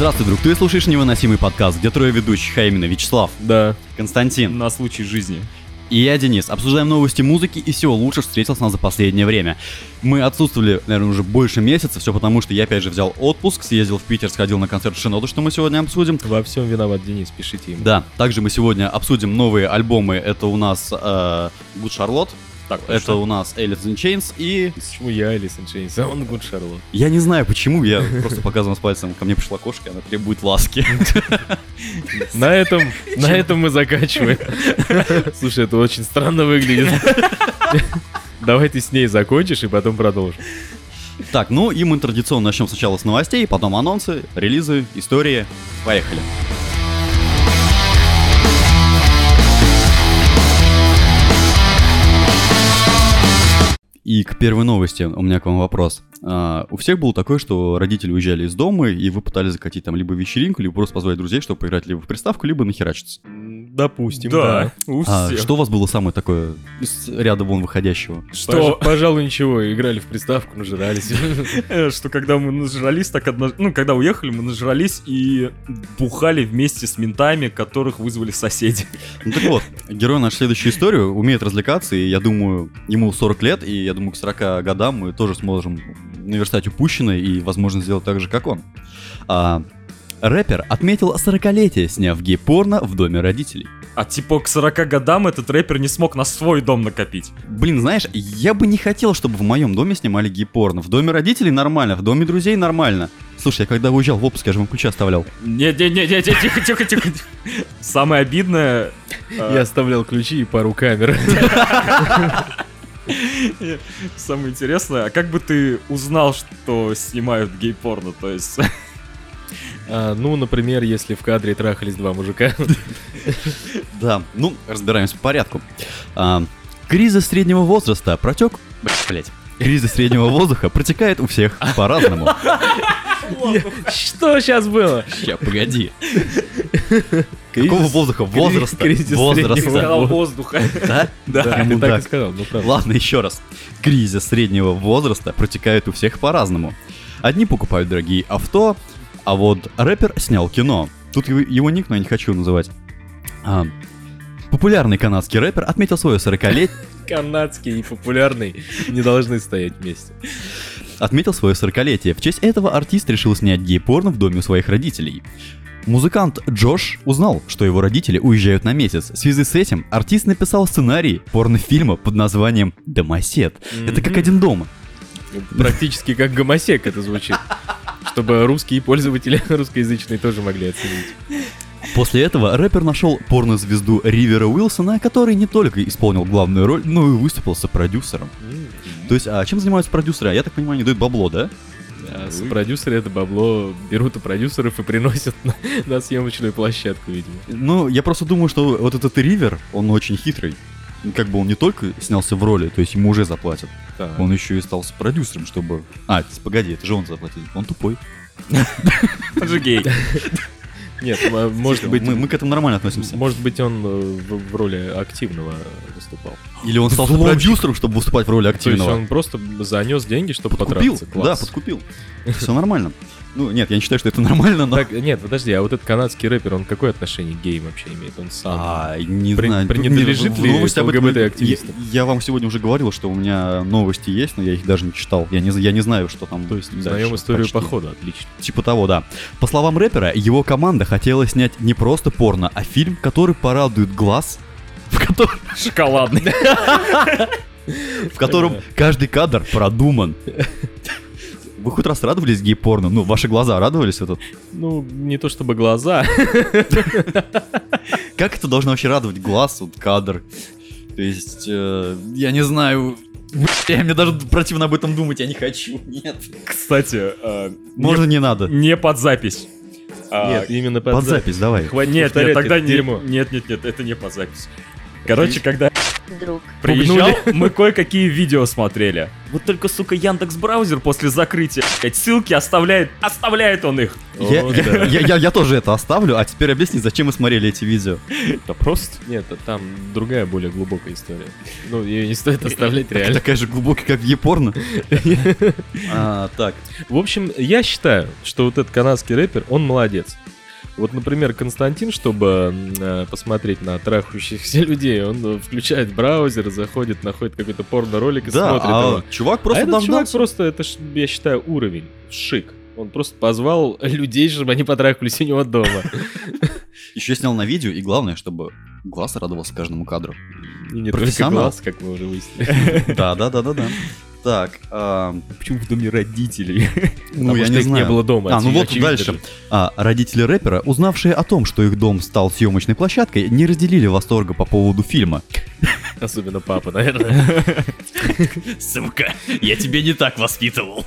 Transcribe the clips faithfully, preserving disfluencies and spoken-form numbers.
Здравствуй, друг, ты слушаешь невыносимый подкаст, где трое ведущих, а именно Вячеслав, Да. Константин На случай жизни. и я, Денис. Обсуждаем новости музыки и всего лучше, что встретился нас за последнее время. Мы отсутствовали, наверное, уже больше месяца, все потому, что я опять же взял отпуск, съездил в Питер, сходил на концерт Шинода, что мы сегодня обсудим. Во всем виноват Денис, пишите ему. Да, также мы сегодня обсудим новые альбомы. Это у нас э, Good Charlotte, Так, это у нас Alice in Chains и... Почему я Alice in Chains, а он Good Charlotte? Я не знаю почему, я просто показываю с пальцем, ко мне пришла кошка, она требует ласки. На этом, на этом мы заканчиваем. Слушай, это очень странно выглядит. Давай ты с ней закончишь и потом продолжим. Так, ну и мы традиционно начнем сначала с новостей, потом анонсы, релизы, истории. Поехали. И к первой новости у меня к вам вопрос. А, у всех было такое, что родители уезжали из дома, и вы пытались закатить там либо вечеринку, либо просто позвать друзей, чтобы поиграть либо в приставку, либо нахерачиться. Допустим, да. У А, всех. что у вас было самое такое из ряда вон выходящего? Что? Пожалуй, ничего, играли в приставку, нажирались. Э, Что когда мы нажрались, так одно... Ну, когда уехали, мы нажрались и бухали вместе с ментами, которых вызвали соседи. Ну так вот, герой нашей следующей истории умеет развлекаться, и я думаю, ему сорок лет, и я думаю, к сорока годам мы тоже сможем наверстать упущенное и, возможно, сделать так же, как он. А, рэпер отметил сорокалетие, сняв гей-порно в доме родителей. А типа к сорока годам этот рэпер не смог на свой дом накопить. Блин, знаешь, я бы не хотел, чтобы в моем доме снимали гей-порно. В доме родителей нормально, в доме друзей нормально. Слушай, я когда уезжал в отпуск, я же вам ключи оставлял. Не-не-не, тихо, тихо, тихо. Самое обидное... Я оставлял ключи и пару камер. Самое интересное, а как бы ты узнал, что снимают гей-порно? То есть... А, ну, например, если в кадре трахались два мужика. Да, ну, разбираемся по порядку. А, кризис среднего возраста протек... Блять. Кризис среднего воздуха протекает у всех по-разному. Что сейчас было? Ща, погоди. Какого воздуха? Возраста. кризис Возраста. среднего Сказал воздуха. Да? Да. Ты Ну так так. и сказал, ну правда. Ладно, еще раз. Кризис среднего возраста протекает у всех по-разному. Одни покупают дорогие авто, а вот рэпер снял кино. Тут его, его ник, но я не хочу называть. А, популярный канадский рэпер отметил свое сорокалетие... Канадский и популярный не должны стоять вместе. Отметил свое сорокалетие. В честь этого артист решил снять гей-порно в доме у своих родителей. Музыкант Джош узнал, что его родители уезжают на месяц. В связи с этим артист написал сценарий порнофильма под названием «Домосед». Это как один дома. Практически как гомосек это звучит. Чтобы русские пользователи русскоязычные тоже могли оценить. После этого рэпер нашел порнозвезду Ривера Уилсона, который не только исполнил главную роль, но и выступил сопродюсером. То есть, а чем занимаются продюсеры? Я так понимаю, они дают бабло, да? А продюсеры это бабло берут у продюсеров и приносят на, на съемочную площадку, видимо. Ну, я просто думаю, что вот этот Ривер, он очень хитрый. Как бы он не только снялся в роли, то есть ему уже заплатят. Так. Он еще и стал с продюсером, чтобы... А, погоди, это же он заплатил. Он тупой. Он же гей. Нет, м- может быть, Мы, мы к этому нормально относимся. может быть он э, в, в роли активного выступал. Или он стал Взломщик. продюсером, чтобы выступать в роли То есть активного. он просто занес деньги, чтобы Подкупил, потрахаться. да, Класс. подкупил. Все нормально. Ну, нет, я не считаю, что это нормально, но... Так, нет, подожди, а вот этот канадский рэпер, он какое отношение к геям вообще имеет? Он сам... А, не При- знаю. принадлежит В- в ли новости об к этом- ЛГБТ-активистам? Я, я вам сегодня уже говорил, что у меня новости есть, но я их даже не читал. Я не, я не знаю, что там. То есть дальше. узнаем историю Почти. похода, отлично. Типа того, да. По словам рэпера, его команда хотела снять не просто порно, а фильм, который порадует глаз, в котором, Шоколадный. в котором каждый кадр продуман. Вы хоть раз радовались гей-порно? Ну, ваши глаза радовались этот? Ну, не то чтобы глаза. Как это должно вообще радовать глаз, вот кадр? То есть, э, я не знаю... Бля, мне даже противно об этом думать, я не хочу, нет. Кстати, э, Можно не надо. не, не под запись. А, Нет, именно под, Под запись, давай. Хватит Нет, нет, повторять тогда это не, дерьмо. нет, нет, нет, это не под запись. Короче, когда друг. Приезжал, мы кое-какие видео смотрели. Вот только, сука, Яндекс.Браузер после закрытия, блядь, ссылки оставляет, оставляет он их. Я, О, я- да. я- я- я тоже это оставлю, а теперь объясни, зачем вы смотрели эти видео. Да просто. Нет, а там другая, более глубокая история. Ну, ее не стоит оставлять реально. Такая же глубокая, как в Е-порно. А, Так, В общем, я считаю, что вот этот канадский рэпер, он молодец. Вот, например, Константин, чтобы э, посмотреть на трахающихся людей, он э, включает браузер, заходит, находит какой-то порно-ролик и да, смотрит а его. чувак А просто этот чувак дождался. просто, это, ж, я считаю, уровень, шик. Он просто позвал людей, чтобы они потрахались у него дома. Еще снял на видео, и главное, чтобы глаз радовался каждому кадру. И не только Профессионал. глаз, как мы уже выяснили. Да, да, да, да, да. Так, а, Почему в доме родителей? ну Потому я что не их знаю. не было дома. А, ну вот очевидно дальше. же. А, родители рэпера, узнавшие о том, что их дом стал съемочной площадкой, не разделили восторга по поводу фильма. Особенно папа, наверное. Сука, я тебя не так воспитывал.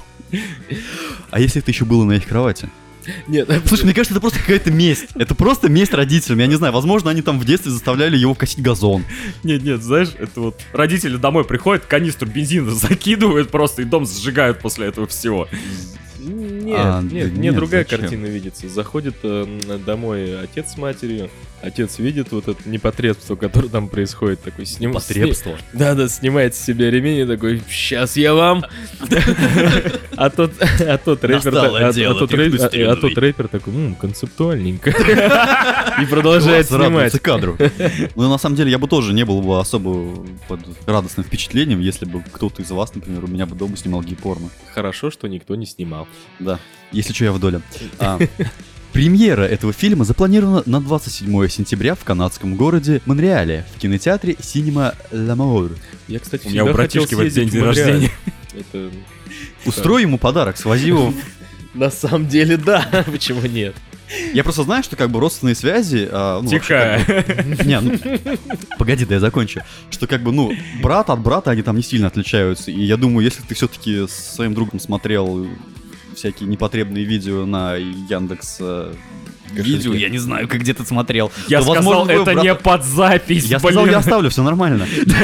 А если это еще было на их кровати? Нет, Слушай, мне кажется, это просто какая-то месть. Это просто месть родителям. Я не знаю, возможно, они там в детстве заставляли его косить газон. Нет, нет, знаешь, это вот родители домой приходят, канистру бензина закидывают просто и дом сжигают после этого всего. Нет, А, нет, да мне нет, другая зачем? картина видится. Заходит э, домой отец с матерью, отец видит вот это непотребство, которое там происходит, такой сним... Потребство. сни- Да-да, снимает с себя ремень и такой, сейчас я вам... А тот, а тот рэпер... Настало а- а дело тот рэп- а- а первоистременной. тот рэпер такой, «М, концептуальненько. И продолжает Класс, радуется снимать. кадру. Ну, на самом деле, я бы тоже не был бы особо под радостным впечатлением, если бы кто-то из вас, например, у меня бы дома снимал гей-порно. Хорошо, что никто не снимал. Да, если что, я в доле. А, Премьера этого фильма запланирована на двадцать седьмое сентября в канадском городе Монреале в кинотеатре Cinema L'Amour. Я, кстати, У меня у всегда хотел братишки в этот день съездить день в Монреаль. рождения. Это... Устрой ему подарок, свози его. На самом деле, да. Почему нет? Я просто знаю, что как бы родственные связи... а, ну, вообще, Тихо. как бы- Не, ну, погоди, да я закончу. Что как бы, ну, брат от брата, они там не сильно отличаются. И я думаю, если ты все-таки с своим другом смотрел всякие непотребные видео на Яндекс... э, Видео, я не знаю, как где ты смотрел. Я то, сказал, возможно, твой это брат- не под запись, Я блин. сказал, я оставлю, все нормально.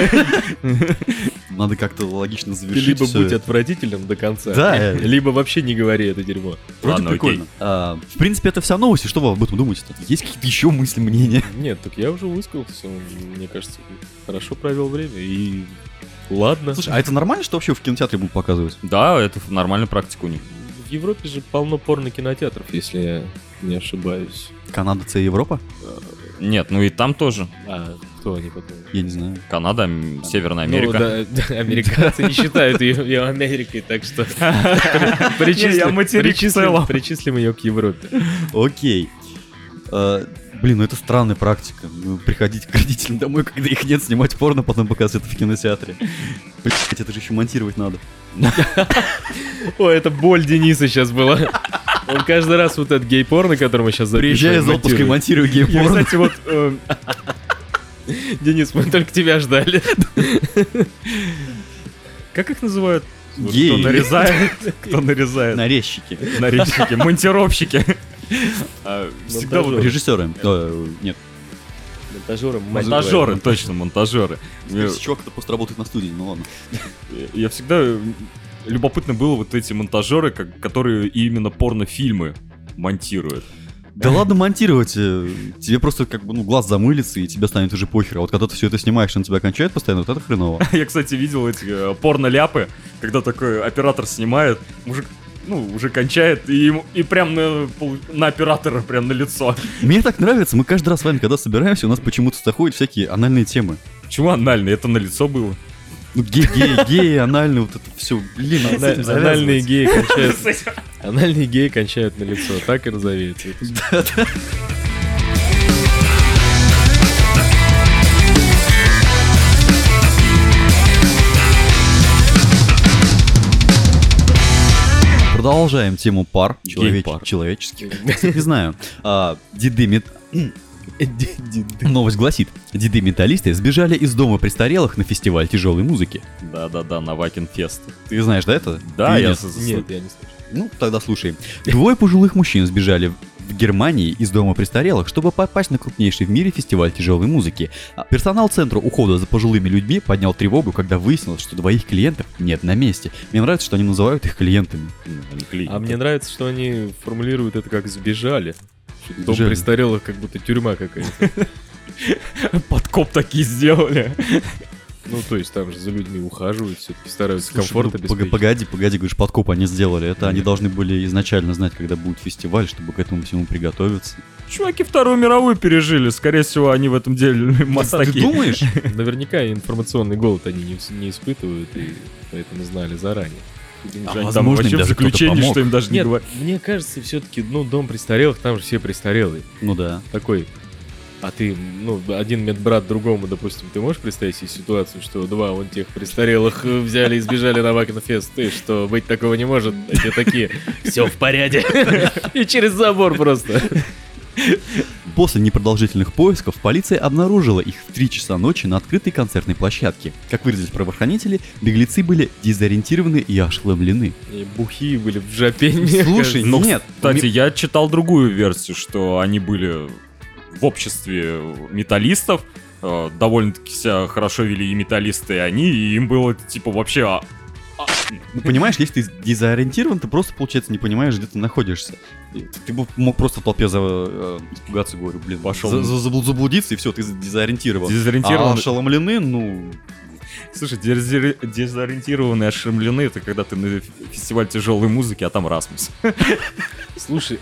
Надо как-то логично Ты завершить либо всё будь это. отвратительным до конца, Да. либо вообще не говори это дерьмо. Вроде Ладно, прикольно. А, в принципе, это вся новость. И что вы об этом думаете? Есть какие-то еще мысли, мнения? Нет, так я уже высказался. Мне кажется, хорошо провел время. И ладно. Слушай, а это нормально, что вообще в кинотеатре будут показывать? Да, это нормальная практика у них. В Европе же полно порно-кинотеатров, если я не ошибаюсь. Канада, це Европа? Нет, ну и там тоже. А кто они потом? Я не знаю. Канада, м, Северная Америка. Ну, да, да, американцы не считают ее, ее Америкой, так что Не, я материк в причислим, целом. причислим ее к Европе. Окей. А, Блин, ну это странная практика. Ну, приходить к родителям домой, когда их нет, снимать порно, потом показывать это в кинотеатре. Блять, это же еще монтировать надо. О, это боль Дениса сейчас была. Он каждый раз вот этот гей-порно, который мы сейчас записываем, Приезжай из отпуска и монтирует. монтирую Я, гей-порно. кстати, вот... э, Денис, мы только тебя ждали. Как их называют? Вот Геи. Кто нарезает? Кто нарезает? Нарезчики. Нарезчики, монтировщики. А, Всегда вот Монтажеры. Режиссеры. Э, Нет. Монтажеры, монтажеры, точно, монтажеры. Я- Чувак-то просто работает на студии, ну ладно. Я всегда... э, Любопытно было вот эти монтажеры, как- которые именно порнофильмы монтируют. Да ладно монтировать, э, тебе просто как бы ну глаз замылится и тебе станет уже похер. А вот когда ты все это снимаешь, и на тебя кончает постоянно, вот это хреново. Я, кстати, видел эти э, порно-ляпы, когда такой оператор снимает, мужик, ну, уже кончает, и, ему, и прям на, пол- на оператора, прям на лицо. Мне так нравится, мы каждый раз с вами, когда собираемся, у нас почему-то заходят всякие анальные темы. Почему анально? Это на лицо было. Ну гей, гей, гей, анальный, вот это все, блин, надо с этим Анальные завязывать. геи кончают. Анальные геи кончают на лицо, так и разовеется. Продолжаем тему пар человеч- Гей-пар. человеческих. Не знаю. А, Деды мет- Новость гласит, деды-металлисты сбежали из дома престарелых на фестиваль тяжелой музыки. Да-да-да, на Вакинфест. Ты знаешь, да, это? Да, Ты я... нет? с- с- Нет, я не слышу. Ну, тогда слушай. Двое пожилых мужчин сбежали в Германии из дома престарелых, чтобы попасть на крупнейший в мире фестиваль тяжелой музыки. А персонал центра ухода за пожилыми людьми поднял тревогу, когда выяснилось, что двоих клиентов нет на месте. Мне нравится, что они называют их клиентами. А мне нравится, что они формулируют это как «сбежали». Дом Сбежали. престарелых как будто тюрьма какая-то. Подкоп такие сделали. Ну, то есть там же за людьми ухаживают, все-таки стараются Слушай, комфорт ну, обеспечить. пог- Погоди, погоди, говоришь, подкоп они сделали. Это они Нет. должны были изначально знать, когда будет фестиваль, чтобы к этому всему приготовиться. Чуваки Вторую мировую пережили. Скорее всего, они в этом деле Ты мастаки. думаешь? Наверняка информационный голод они не, не испытывают, и поэтому знали заранее. А Там возможно, им вообще в даже кто-то заключении, помог. что им даже не Нет, говорят. мне кажется, все-таки, ну, дом престарелых, там же все престарелые. Ну да. Такой, а ты, ну, один медбрат другому, допустим, ты можешь представить себе ситуацию, что два вон тех престарелых э, взяли и сбежали на Вагенфест, и что быть такого не может, эти такие, все в порядке, и через забор просто. После непродолжительных поисков полиция обнаружила их в три часа ночи на открытой концертной площадке. Как выразились правоохранители, беглецы были дезориентированы и ошеломлены. И бухие были в жопе, мне Слушай, кажется. Ну, нет, кстати, я читал другую версию, что они были в обществе металлистов, э, довольно-таки себя хорошо вели и металлисты, и они, и им было, типа, вообще... а, Ну, понимаешь, если ты дезориентирован, ты просто, получается, не понимаешь, где ты находишься. И Ты бы мог просто в толпе за, э, испугаться, говорю, блин, Пошел. за- за- забл- заблудиться, и все, ты дезориентирован. Дезориентирован. А ошеломлены, ну... Слушай, дезори- дезориентированные, ошеломлены, это когда ты на фестиваль тяжелой музыки, а там Расмус. Слушай,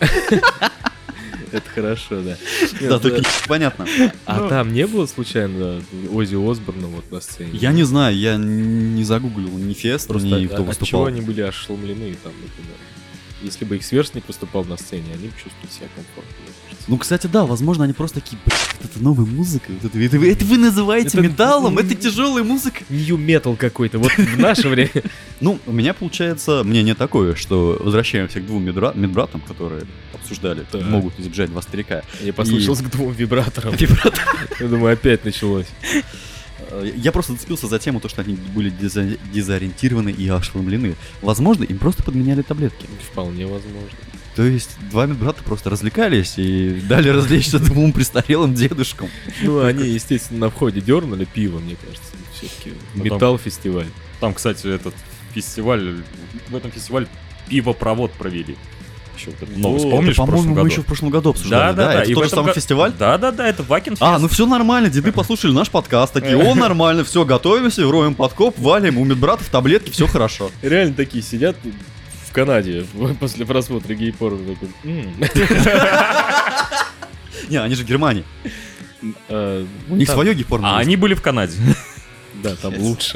это хорошо, да. Да, только не понятно. А Ну. там не было случайно Оззи Осборна вот на сцене? Я не знаю, я не загуглил ни фест, Просто ни от- кто от чего выступал. они были ошеломлены там, например? Если бы их сверстник выступал на сцене, они бы чувствовали себя комфортно. мне кажется. Ну, кстати, да, возможно, они просто такие, блин, вот это новая музыка, вот это, это вы- это вы называете Это- металлом, это тяжелая музыка. Нью-метал какой-то, вот в наше время. Ну, у меня получается мнение такое, что возвращаемся к двум медра- медбратам, которые обсуждали, Так. могут избежать два старика. Я послышался к двум вибраторам. Вибратор. Я думаю, опять началось. Э, Я просто зацепился за тему, то, что они были дезо- дезориентированы и ошеломлены. Возможно, им просто подменяли таблетки. Вполне возможно. То есть два медбрата просто развлекались и дали развлечься двум престарелым дедушкам. Ну, они, естественно, на входе дернули пиво, мне кажется. Все-таки Ну, там- металл-фестиваль. Там, кстати, этот фестиваль, в этом фестивале пивопровод провели. Еще вот это новость, О, помнишь, Это, в прошлом по-моему, мы году? еще в прошлом году обсуждали, да? Это и в тот же этом самый го- фестиваль? Да-да-да, это Вакенфест. А, ну все нормально, деды послушали наш подкаст, такие, о, нормально, все, готовимся, роем подкоп, валим, у медбратов таблетки, все хорошо. Реально такие сидят в Канаде после просмотра гей-порно. такой, «М». Не, они же в Германии. А, У них там- свое гей-порно. А есть. они были в Канаде. Да, там лучше.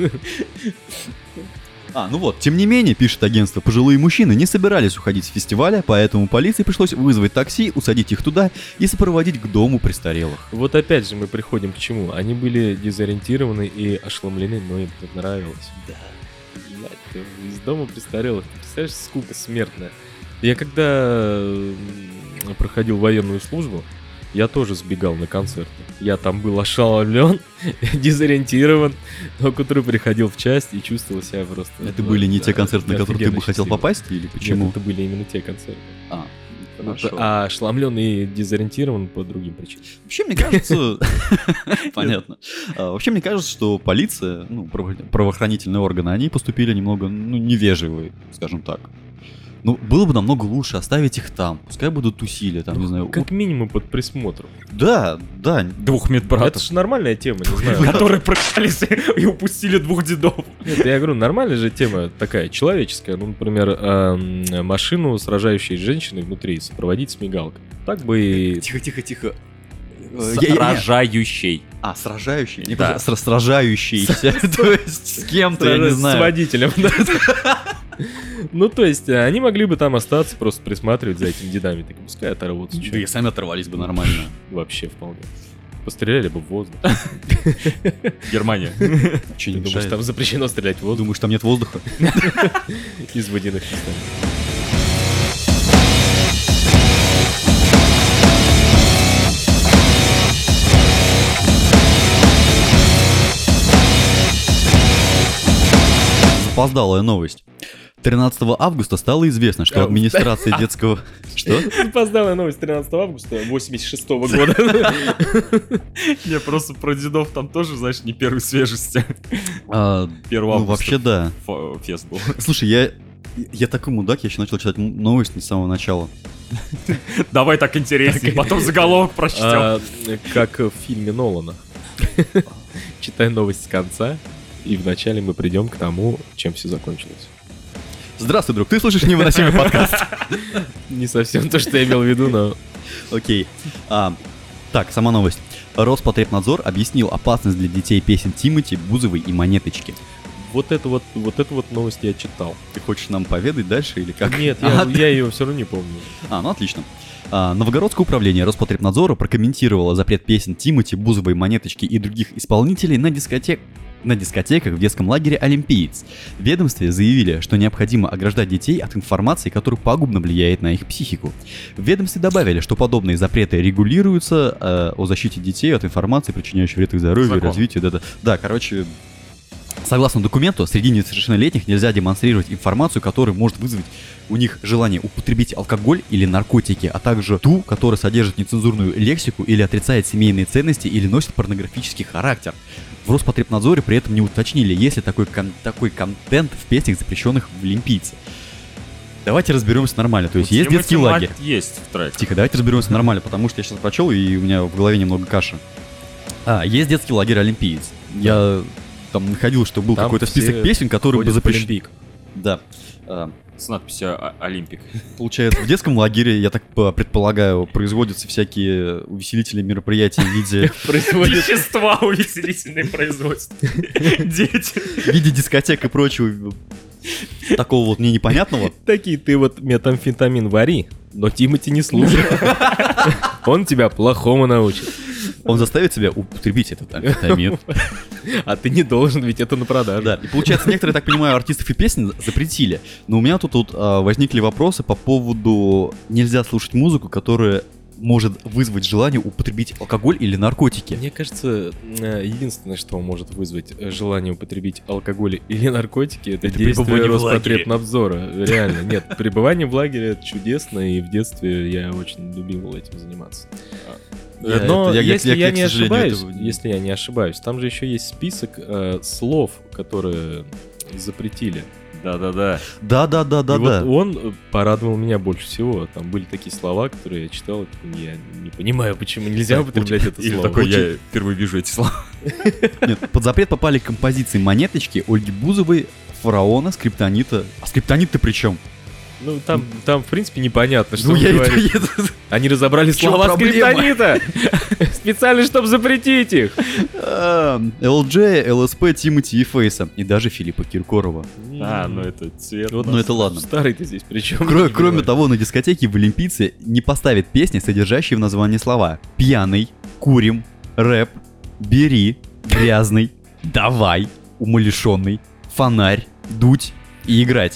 А, ну вот, тем не менее, пишет агентство, пожилые мужчины не собирались уходить с фестиваля, поэтому полиции пришлось вызвать такси, усадить их туда и сопроводить к дому престарелых. Вот опять же мы приходим к чему. Они были дезориентированы и ошеломлены, но им это нравилось. Да. Из дома престарелых. Ты представляешь, скука смертная. Я когда м, проходил военную службу, я тоже сбегал на концерты. Я там был ошеломлен, дезориентирован, но к утру приходил в часть и чувствовал себя просто... Это ну, были не да, те концерты, на которые ты офигенно бы хотел счастливым. попасть, или почему? Нет, это были именно те концерты. А, Вот, хорошо. а ошеломлен и дезориентирован по другим причинам. Вообще, мне кажется... Понятно. А, Вообще, мне кажется, что полиция, ну, право- правоохранительные органы, они поступили немного, ну, невежливые, скажем так. Ну, было бы намного лучше оставить их там. Пускай будут тусили, там, не знаю. Как минимум под присмотром. Да, да. Двух Это медбратов, же нормальная тема, не знаю. которые проехались и упустили двух дедов. Нет, я говорю, нормальная же тема такая, человеческая. Ну, например, эм, машину с рожающей женщиной внутри сопроводить с мигалкой. Так бы и... Тихо, тихо, тихо. Э, я- я- Сражающий. А, сражающий? Не Да. просто сра- сражающийся. То есть с кем-то, я не С знаю. водителем. да. Ну, то есть, э, они могли бы там остаться, просто присматривать за этими дедами. Так, пускай оторвутся. Да чё. и сами оторвались бы нормально. Вообще вполне. Постреляли бы в воздух. Германия. Че Ты не думаешь, мешает? там запрещено стрелять в воздух Думаешь, там нет воздуха? из водяных пистолетов? Запоздалая новость. тринадцатого августа стало известно, что А, администрация детского... Что? Запоздалая новость тринадцатого августа восемьдесят шестого года. Не, просто про дедов там тоже, знаешь, не первой свежести. А, Первого Ну, августа вообще, да. фо- фест был. Слушай, я... Я такой мудак, я еще начал читать м- новости с самого начала. Давай так интереснее, потом заголовок прочтем. А, Как в фильме Нолана. Читай новость с конца, и вначале мы придем к тому, чем все закончилось. Здравствуй, друг, ты слушаешь невыносимый подкаст? Не совсем то, что я имел в виду, но... Окей. А, так, сама новость. Роспотребнадзор объяснил опасность для детей песен Тимати, Бузовой и Монеточки. Вот эту вот, вот эту вот новость я читал. Ты хочешь нам поведать дальше или как? Нет, я, А, я ее все равно не помню. А, ну отлично. А, Новгородское управление Роспотребнадзора прокомментировало запрет песен Тимати, Бузовой, Монеточки и других исполнителей на дискотек... на дискотеках в детском лагере «Олимпиец». В ведомстве заявили, что необходимо ограждать детей от информации, которая пагубно влияет на их психику. В ведомстве добавили, что подобные запреты регулируются э, о защите детей от информации, причиняющей вред их здоровью, Закон. развитию. Да, да. да, короче, согласно документу, среди несовершеннолетних нельзя демонстрировать информацию, которая может вызвать у них желание употребить алкоголь или наркотики, а также ту, которая содержит нецензурную лексику или отрицает семейные ценности или носит порнографический характер. В Роспотребнадзоре при этом не уточнили, есть ли такой, кон- такой контент в песнях, запрещенных в Олимпийце. Давайте разберемся нормально. То есть есть Тимати детский мать лагерь. Есть в треке. Тихо, давайте разберемся нормально, потому что я сейчас прочел, и у меня в голове немного каши. А, есть детский лагерь «Олимпиец». Я там находил, что был Там какой-то все список песен, которые бы Ходит в запрещены. Олимпик. Да. А, С надписью «О- «Олимпик». Получается, в детском лагере, я так по- предполагаю, производятся всякие увеселительные мероприятия в виде, Происходит... Вещества увеселительные производства. Дети. в виде дискотек и прочего такого вот мне непонятного. Такие, ты вот метамфетамин вари, но Тимати не слушай. Он тебя плохому научит. Он заставит тебя употребить этот амфетамин. А ты не должен, ведь это на продажу. Да, и получается, некоторые, так понимаю, артистов и песен запретили. Но у меня тут, тут а, возникли вопросы по поводу нельзя слушать музыку, которая может вызвать желание употребить алкоголь или наркотики. Мне кажется, э, единственное, что может вызвать э, желание употребить алкоголь или наркотики, это, Это действие пребывание в лагере. Роспотребнадзора. Реально, нет, пребывание в лагере это чудесно, и в детстве я очень любил этим заниматься. Я- Но это- я- если я- я, я, к не сожалению, ошибаюсь, этого не- если я не ошибаюсь, там же еще есть список э, слов, которые запретили. Да-да-да. Да-да-да-да-да. И вот он э, порадовал меня больше всего. Там были такие слова, которые я читал, и я не понимаю, почему нельзя Так, употреблять это Или слово. такой, я впервые вижу эти слова. Нет, под запрет попали композиции «Монеточки», Ольги Бузовой, «Фараона», «Скриптонита». А «Скриптонит»-то при чем? Ну, там, там, в принпе, непонятно, что Ну, он я это- говорит. я- Они разобрали В чём слова проблема? скриптонита! Специально, чтобы запретить их! А, эл джей, эл эс пи, Тимати и Фейса. И даже Филиппа Киркорова. А, ну это цвет. Вот Ну, это ладно. Старый ты здесь причем. Кро- Кроме того, на дискотеке в Олимпийце не поставят песни, содержащие в названии слова «пьяный», «курим», «рэп», «бери», «грязный», «давай», «умалишенный», «фонарь», «дуть» и «играть».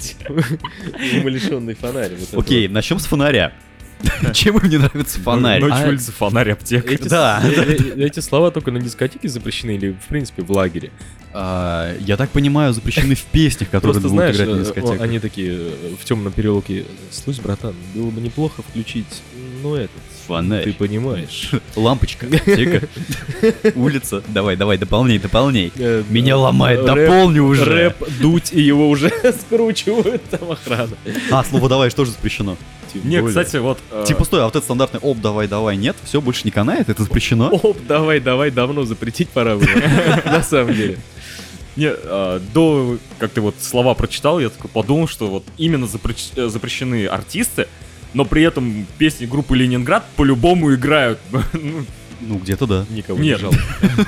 Умалишенный фонарь. вот это Окей, начнем с фонаря. Чем мне нравится фонарь? Ночь А- улица, фонарь, аптека. Эти, Да, с- да, э- э- эти слова только на дискотеке запрещены или, в принципе, в лагере? А, я так понимаю, запрещены в песнях, которые Просто будут знаешь, играть на э, дискотеках. о- они такие э, в темном переулке. Слышь, братан, было бы неплохо включить, ну, этот, Фонарь. ты понимаешь. Лампочка, аптека, улица. Давай, давай, дополняй, дополняй. Э, Меня э, ломает, рэп- дополни уже. Рэп, дуть, и его уже скручивают, там охрана. А, слово «давай» что же запрещено? Тем Не, более. кстати, вот... э, Типа, стой, а вот это стандартный «оп, давай, давай», нет? Все, больше не канает, это запрещено? Оп, давай, давай, давно запретить пора было. На самом деле. Не, а, до, как ты вот слова прочитал, я такой подумал, что вот именно запрещ- э, запрещены артисты, но при этом песни группы Ленинград по-любому играют. Ну, Ну, где-то да. Никого Нет. не жалко.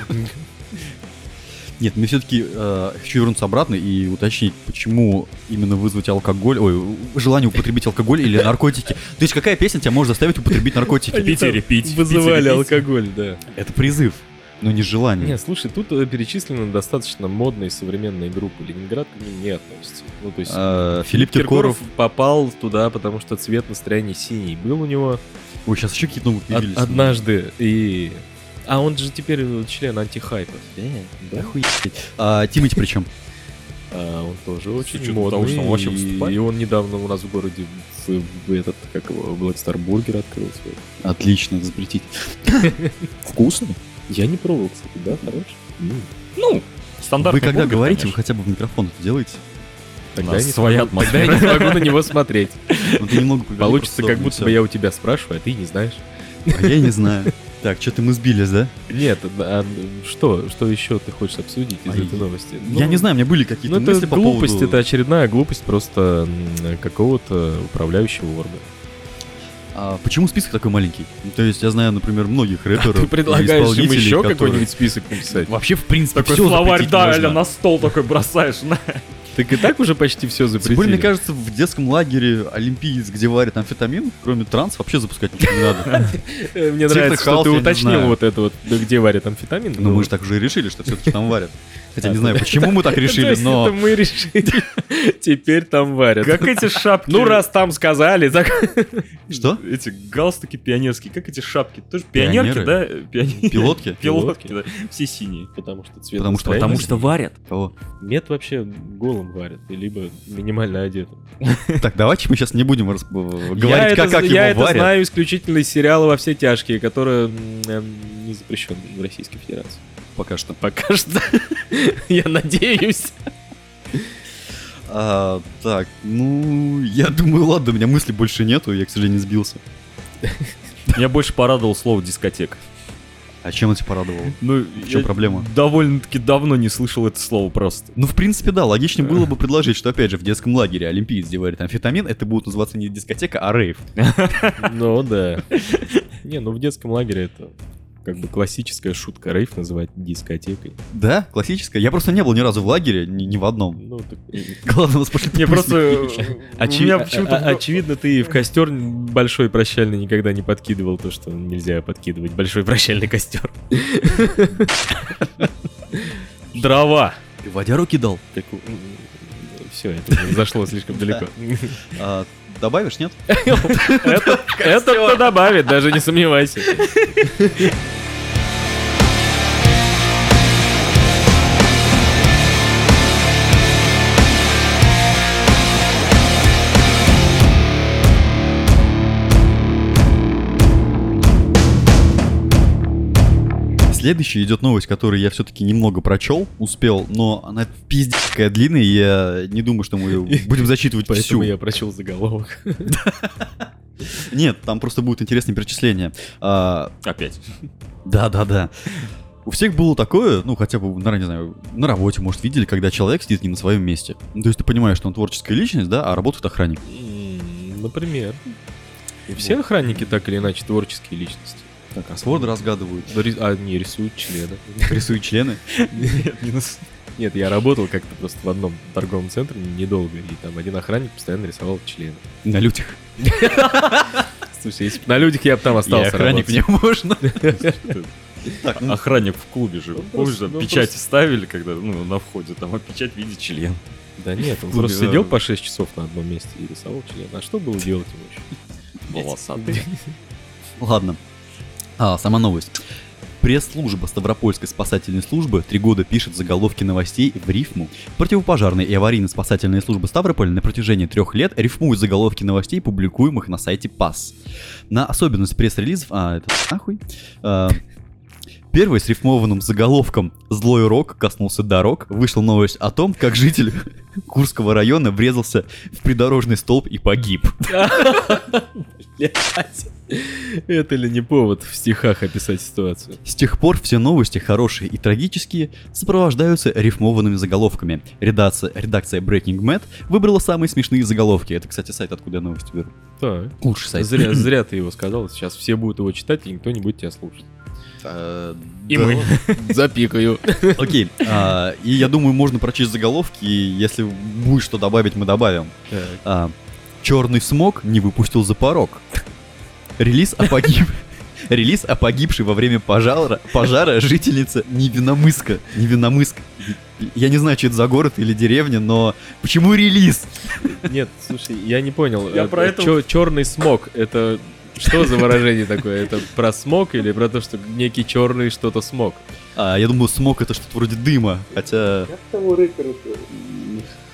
Нет, мне все-таки э, хочу вернуться обратно и уточнить, почему именно вызвать алкоголь, ой, желание употребить алкоголь или наркотики. То есть какая песня тебя может заставить употребить наркотики? В Питере пить, в Вызывали Питере пить. алкоголь, да. Это призыв, но не желание. Не, слушай, тут э, перечислены достаточно модные современные группы. Ленинград к ним не относится. Ну, то есть... А, Филипп Киркоров. попал туда, потому что цвет настроения синий был у него Ой, сейчас еще какие-то новые од- появились. однажды. И... А он же теперь э, член антихайпа. Да хуй. А, Тимати причем? А он тоже очень учетом модный, того, что он вообще и, выступает. и он недавно у нас в городе в, в этот, как его, Black Star Burger открылся. Отлично, запретить. Вкусно? Я не пробовал, кстати, да, хороший? М. Ну, стандартный Вы когда бургер, говорите, вы конечно. хотя бы в микрофон это делаете? Тогда У я, нас не своя смогу, тогда я не смогу на него смотреть. Ну, ты немного поговори Получится, про как сторону, будто бы я у тебя спрашиваю, а ты не знаешь. всё. А я не знаю. Так, что-то мы сбились, да? Нет, а что, что еще ты хочешь обсудить из А этой я- новости? Я не знаю, у меня были какие-то Ну, мысли это по глупость, поводу... это очередная глупость просто м, какого-то управляющего органа. А почему список такой маленький? Ну, то есть я знаю, например, многих рэперов Ты и предлагаешь им исполнителей, еще которые- какой-нибудь список написать? Вообще, в принципе, Такой всё словарь запретить Даля можно. на стол такой бросаешь. на. Так и так уже почти все Тем более, запретили. мне кажется, в детском лагере Олимпиец, где варят амфетамин, кроме транс, вообще запускать ничего не надо. Э, Мне Техно нравится, что хаус, ты я не уточнил знаю. вот это вот, да где варят амфетамин. Но мы же так уже и решили, что все-таки там варят. Хотя А, не то- знаю, почему мы так То решили, есть но... это мы решили. Теперь там варят. Как эти шапки. Ну, раз там сказали, так... Что? Эти галстуки пионерские, как эти шапки? Тоже пионерки, Пионеры? да? Пионерки. Пилотки? Пилотки, да. Все синие. Потому что цвет Потому что- настроения потому синий. варят. Кого? Мед вообще голым варят, либо минимально одетым. Так, давайте мы сейчас не будем рас- я говорить, это, как, как я его это варят. знаю исключительно из сериала «Во все тяжкие», который м, эм, не запрещен в Российской Федерации. Пока что. Пока что. Я надеюсь. А, так, ну, я думаю, ладно, у меня мыслей больше нету, я, к сожалению, сбился. Меня больше порадовало слово дискотека. А чем он тебя порадовал? Ну, В чем я проблема? довольно-таки давно не слышал это слово просто. Ну, в принципе, да, логичнее было бы предложить, что, опять же, в детском лагере Олимпиец, где варят амфетамин, это будет называться не дискотека, а рейв. Ну да. Не, ну в детском лагере это как бы классическая шутка. Рейв называть дискотекой. Да, классическая. Я просто не был ни разу в лагере, ни, ни в одном. Ну, так... Главное, нас пошли Не, просто... тупые. У Очи- меня а- почему-то... а- Очевидно, ты в костер большой прощальный никогда не подкидывал то, что нельзя подкидывать большой прощальный костер. Дрова. Ты водяру кидал? Все, это зашло слишком далеко. А, добавишь, нет? Это это кто добавит, даже не сомневайся. Следующая идет новость, которую я все-таки немного прочел, успел, но она пиздец какая длинная, и я не думаю, что мы ее будем зачитывать всю. Поэтому я прочел заголовок. Нет, там просто будут интересные перечисления. А, Опять. Да-да-да. У всех было такое, ну, хотя бы, наверное, не знаю, на работе, может, видели, когда человек сидит не на своем месте. Ну, то есть ты понимаешь, что он творческая личность, да, а работает охранник. М, Например. И все охранники так или иначе творческие личности. Так, кроссворды разгадывают, Ну, ри- А, не, рисуют члены. рисуют члены. Нет, не нас- Нет, я работал как-то просто в одном торговом центре недолго, и там один охранник постоянно рисовал члены. На людях. Слушай, если бы на людях я бы там Я остался охранник, работать. мне можно. Так, ну, Охранник в клубе же. Ну, Помнишь, просто- там ну, печати просто- ставили, когда, ну, на входе, там, а печать в виде члена. Да нет, он клубе, просто да. сидел по шесть часов на одном месте и рисовал член. А что было делать ему еще? Волосатый. ладно. А, сама новость. Пресс-служба Ставропольской спасательной службы три года пишет заголовки новостей в рифму. Противопожарные и аварийно-спасательные службы Ставрополя на протяжении трех лет рифмуют заголовки новостей, публикуемых на сайте ПАС. На особенность пресс-релизов... А, это нахуй? А, Первый с рифмованным заголовком «Злой рок коснулся дорог» вышла новость о том, как житель Курского района врезался в придорожный столб и погиб. Блядь. Это ли не повод в стихах описать ситуацию? С тех пор все новости, хорошие и трагические, сопровождаются рифмованными заголовками. Редакция, редакция Breaking Mad выбрала самые смешные заголовки. Это, кстати, сайт, откуда я новости беру. Так. Лучший сайт. Зря, зря ты его сказал. Сейчас все будут его читать, и никто не будет тебя слушать. Э, И да. мы. Запикаю. Окей. а, И я думаю, можно прочесть заголовки, и если будет что добавить, мы добавим. А, Черный смог не выпустил за порог. Релиз о погиб... Релиз о погибшей во время пожара, пожара жительница Невиномыска. Невиномыск. Я не знаю, что это за город или деревня, но почему релиз? Нет, слушай, я не понял. Я Э, про это- Черный смог. Это что за выражение такое? Это про смог или про то, что некий черный что-то смог? А, я думаю, смог это что-то вроде дыма, хотя... Как того рэпера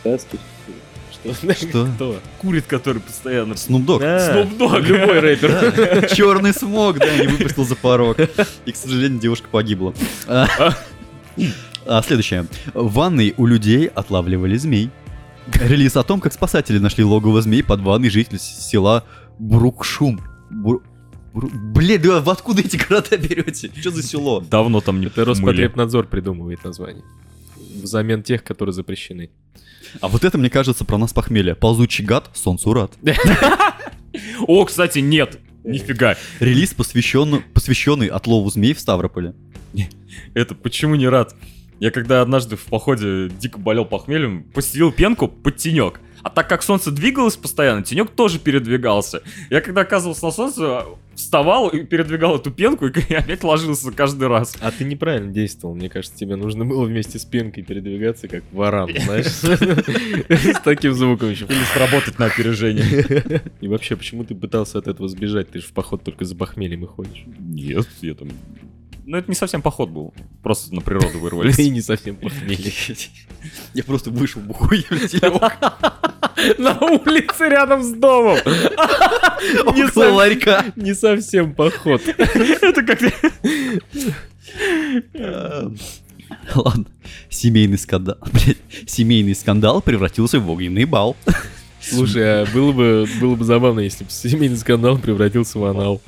сказки. Что? Что? Кто? Курит, который постоянно... Snoop Dogg. А, Snoop Dogg. Любой рэпер. Черный смог, да, не выпустил за порог. И, к сожалению, девушка погибла. А, а, Следующее. В ванной у людей отлавливали змей. Релиз о том, как спасатели нашли логово змей под ванной жителей села Брукшум. Бур... Бур... Блин, да вы откуда эти города берете? Что за село? Давно там не Это мыли. Роспотребнадзор придумывает название. Взамен тех, которые запрещены. А вот это, мне кажется, про нас похмелье. Ползучий гад, солнцу рад. О, кстати, нет. Нифига. Релиз, посвященный, посвященный отлову змей в Ставрополе. Это почему не рад? Я когда однажды в походе дико болел похмельем, постелил пенку под тенек. А так как солнце двигалось постоянно, тенек тоже передвигался. Я когда оказывался на солнце, вставал и передвигал эту пенку и опять ложился каждый раз. А ты неправильно действовал. Мне кажется, тебе нужно было вместе с пенкой передвигаться, как варан, знаешь? С таким звуком еще. Или сработать на опережение. И вообще, почему ты пытался от этого сбежать? Ты же в поход только за похмельем и ходишь. Нет, я там... Ну, это не совсем поход был. Просто на природу вырвались. Ты не совсем похмелье. Я просто вышел бухой На улице рядом с домом. Не около сов- ларька. Не совсем поход. Это как... Ладно. Семейный скандал. Блядь. Семейный скандал превратился в огненный бал. Слушай, а было бы, было бы забавно, если бы семейный скандал превратился в анал.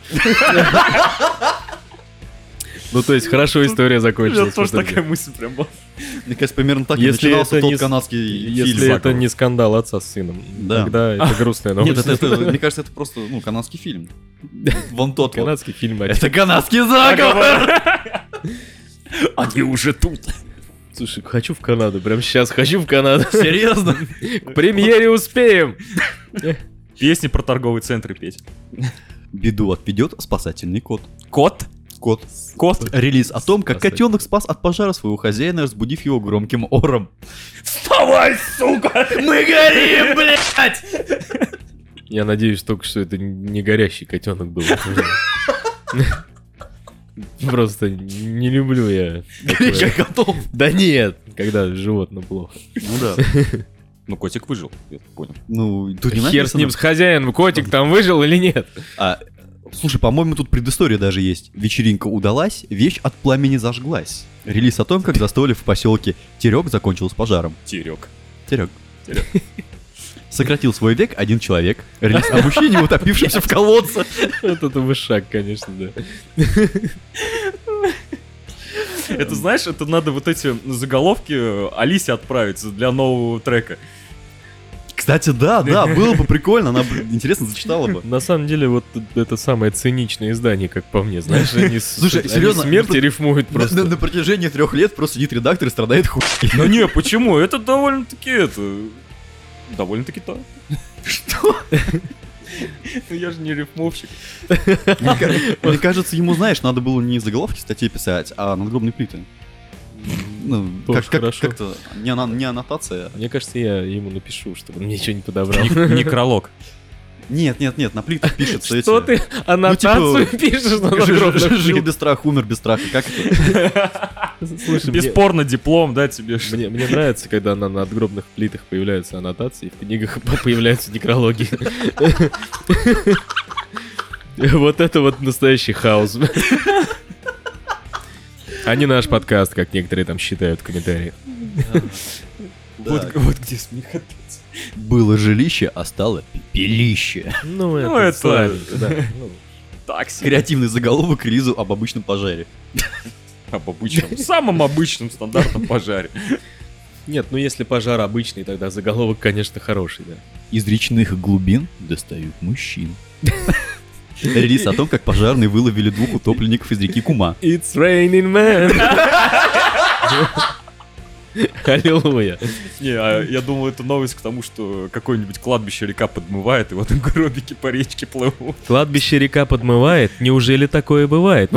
Ну, то есть, хорошо история У закончилась. меня тоже в итоге. такая мысль прям была. Мне кажется, примерно так и Если начинался это тот не с- канадский Если фильм. это не скандал отца с сыном, Да. тогда это грустная Нет, новость. это, это, мне кажется, это просто, ну, канадский фильм. Вон тот вот. Канадский фильм. Это канадский заговор! Они уже тут. Слушай, хочу в Канаду, прям сейчас хочу в Канаду. Серьезно? К премьере успеем. Песни про торговые центры петь. Беду отведет спасательный кот. Кот? Кот. Кот? Релиз о том, как Спасатель. котенок спас от пожара своего хозяина, разбудив его громким ором. Вставай, сука! Мы горим, блядь! Я надеюсь только, что это не горящий котенок был. Просто не люблю я. Горящий такое. котов. Да нет, когда животным плохо. Ну да. Ну, котик выжил, я понял. Ну, тут не Хер с ним, написано. с хозяином, котик там выжил или нет? А, слушай, по-моему, тут предыстория даже есть. Вечеринка удалась, вещь от пламени зажглась. Релиз о том, как застолье в поселке Терек закончилось пожаром. Терек. Терек. Терек. Сократил свой век один человек. Релиз о мужчине, утопившемся в колодце. Вот это вышаг, конечно, да. Это, знаешь, это надо вот эти заголовки Алисе отправить для нового трека. Кстати, да, да, было бы прикольно, она бы интересно зачитала бы. На самом деле, вот это самое циничное издание, как по мне, знаешь, они, с- Слушай, они серьезно, смерти ну, рифмуют На, просто. на- на протяжении трех лет просто сидит редактор и страдает хуй. Ну не, почему? Это довольно-таки это... Довольно-таки то. Что? Ну я же не рифмовщик. Мне ка- мне кажется, ему, знаешь, надо было не заголовки статьи писать, а надгробные плиты. Ну, Тоже как, как, хорошо. как-то не, ана- не аннотация. Мне кажется, я ему напишу, чтобы он мне что-нибудь подобрал. Некролог. Нет, нет, нет, на плитах пишется Что эти... ты аннотацию типа, пишешь на Жил- надгробных жил- Жил плитах? без страха, умер без страха. Как это? Слушай, мне- Бесспорно диплом, да, тебе? Мне, мне нравится, когда на надгробных плитах появляются аннотации, в книгах появляются некрологи. Вот это вот настоящий хаос. А не наш подкаст, как некоторые там считают в комментариях. Вот, Да. вот где смехаться. Было жилище, а стало пепелище. Ну, это, это- славненько, да. Ну, Так себе. Креативный заголовок к релизу об обычном пожаре. Об обычном, самом обычном стандартном пожаре. Нет, ну если пожар обычный, тогда заголовок, конечно, хороший, да. Из речных глубин достают мужчин. Релиз о том, как пожарные выловили двух утопленников из реки Кума. It's raining man. Аллилуйя. Не, а я думал, это новость к тому, что какое-нибудь кладбище река подмывает, и вот там гробики по речке плывут. Кладбище река подмывает. Неужели такое бывает?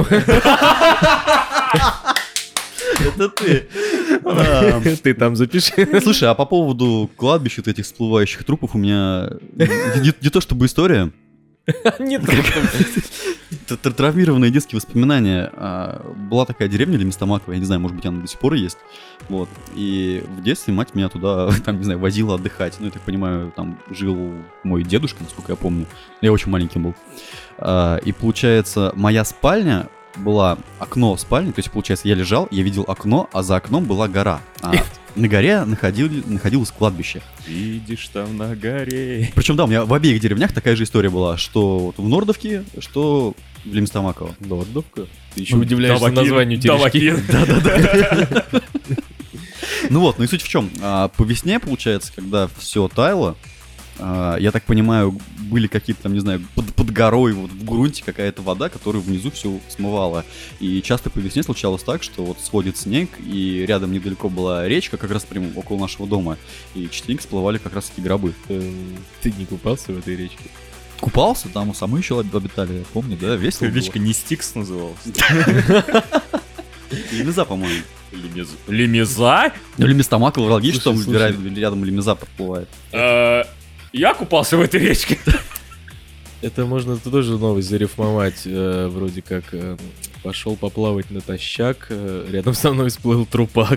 Это ты. А, Ты там запиши. Слушай, а по поводу кладбищ вот этих всплывающих трупов у меня не, не то чтобы история, Не Тр- Травмированные детские воспоминания. А, Была такая деревня Леместомаково, я не знаю, может быть, она до сих пор есть. Вот. И в детстве мать меня туда, там, не знаю, возила отдыхать. Ну, я так понимаю, там жил мой дедушка, насколько я помню. Я очень маленький был. А, И получается, моя спальня была окно в спальне, то есть, получается, я лежал, я видел окно, а за окном была гора. А на горе находили, находилось кладбище. Видишь там на горе. Причем, да, у меня в обеих деревнях такая же история была, что вот в Нордовке, что в Леместомаково. Нордовка? Ты еще удивляешься названию терешки. Да-да-да. Ну вот, ну и суть в чем. А, По весне, получается, когда все таяло, а, я так понимаю, были какие-то там, не знаю, под, под горой, вот в грунте какая-то вода, которая внизу все смывала. И часто по весне случалось так, что вот сходит снег, и рядом недалеко была речка, как раз прямо около нашего дома, и частенько всплывали как раз таки гробы. Ты не купался в этой речке? Купался, там самые еще обитали, я помню, да, весело было. Речка не Стикс называлась. Лемеза, по-моему. Лемеза? Лемеза? Ну, Леместомаково, врал, есть, что Слушай, там слушай. рядом Лемеза подплывает. Э, Я купался в этой речке. Это можно тоже новость зарифмовать, э, вроде как э, пошел поплавать натощак, э, рядом со мной всплыл трупак.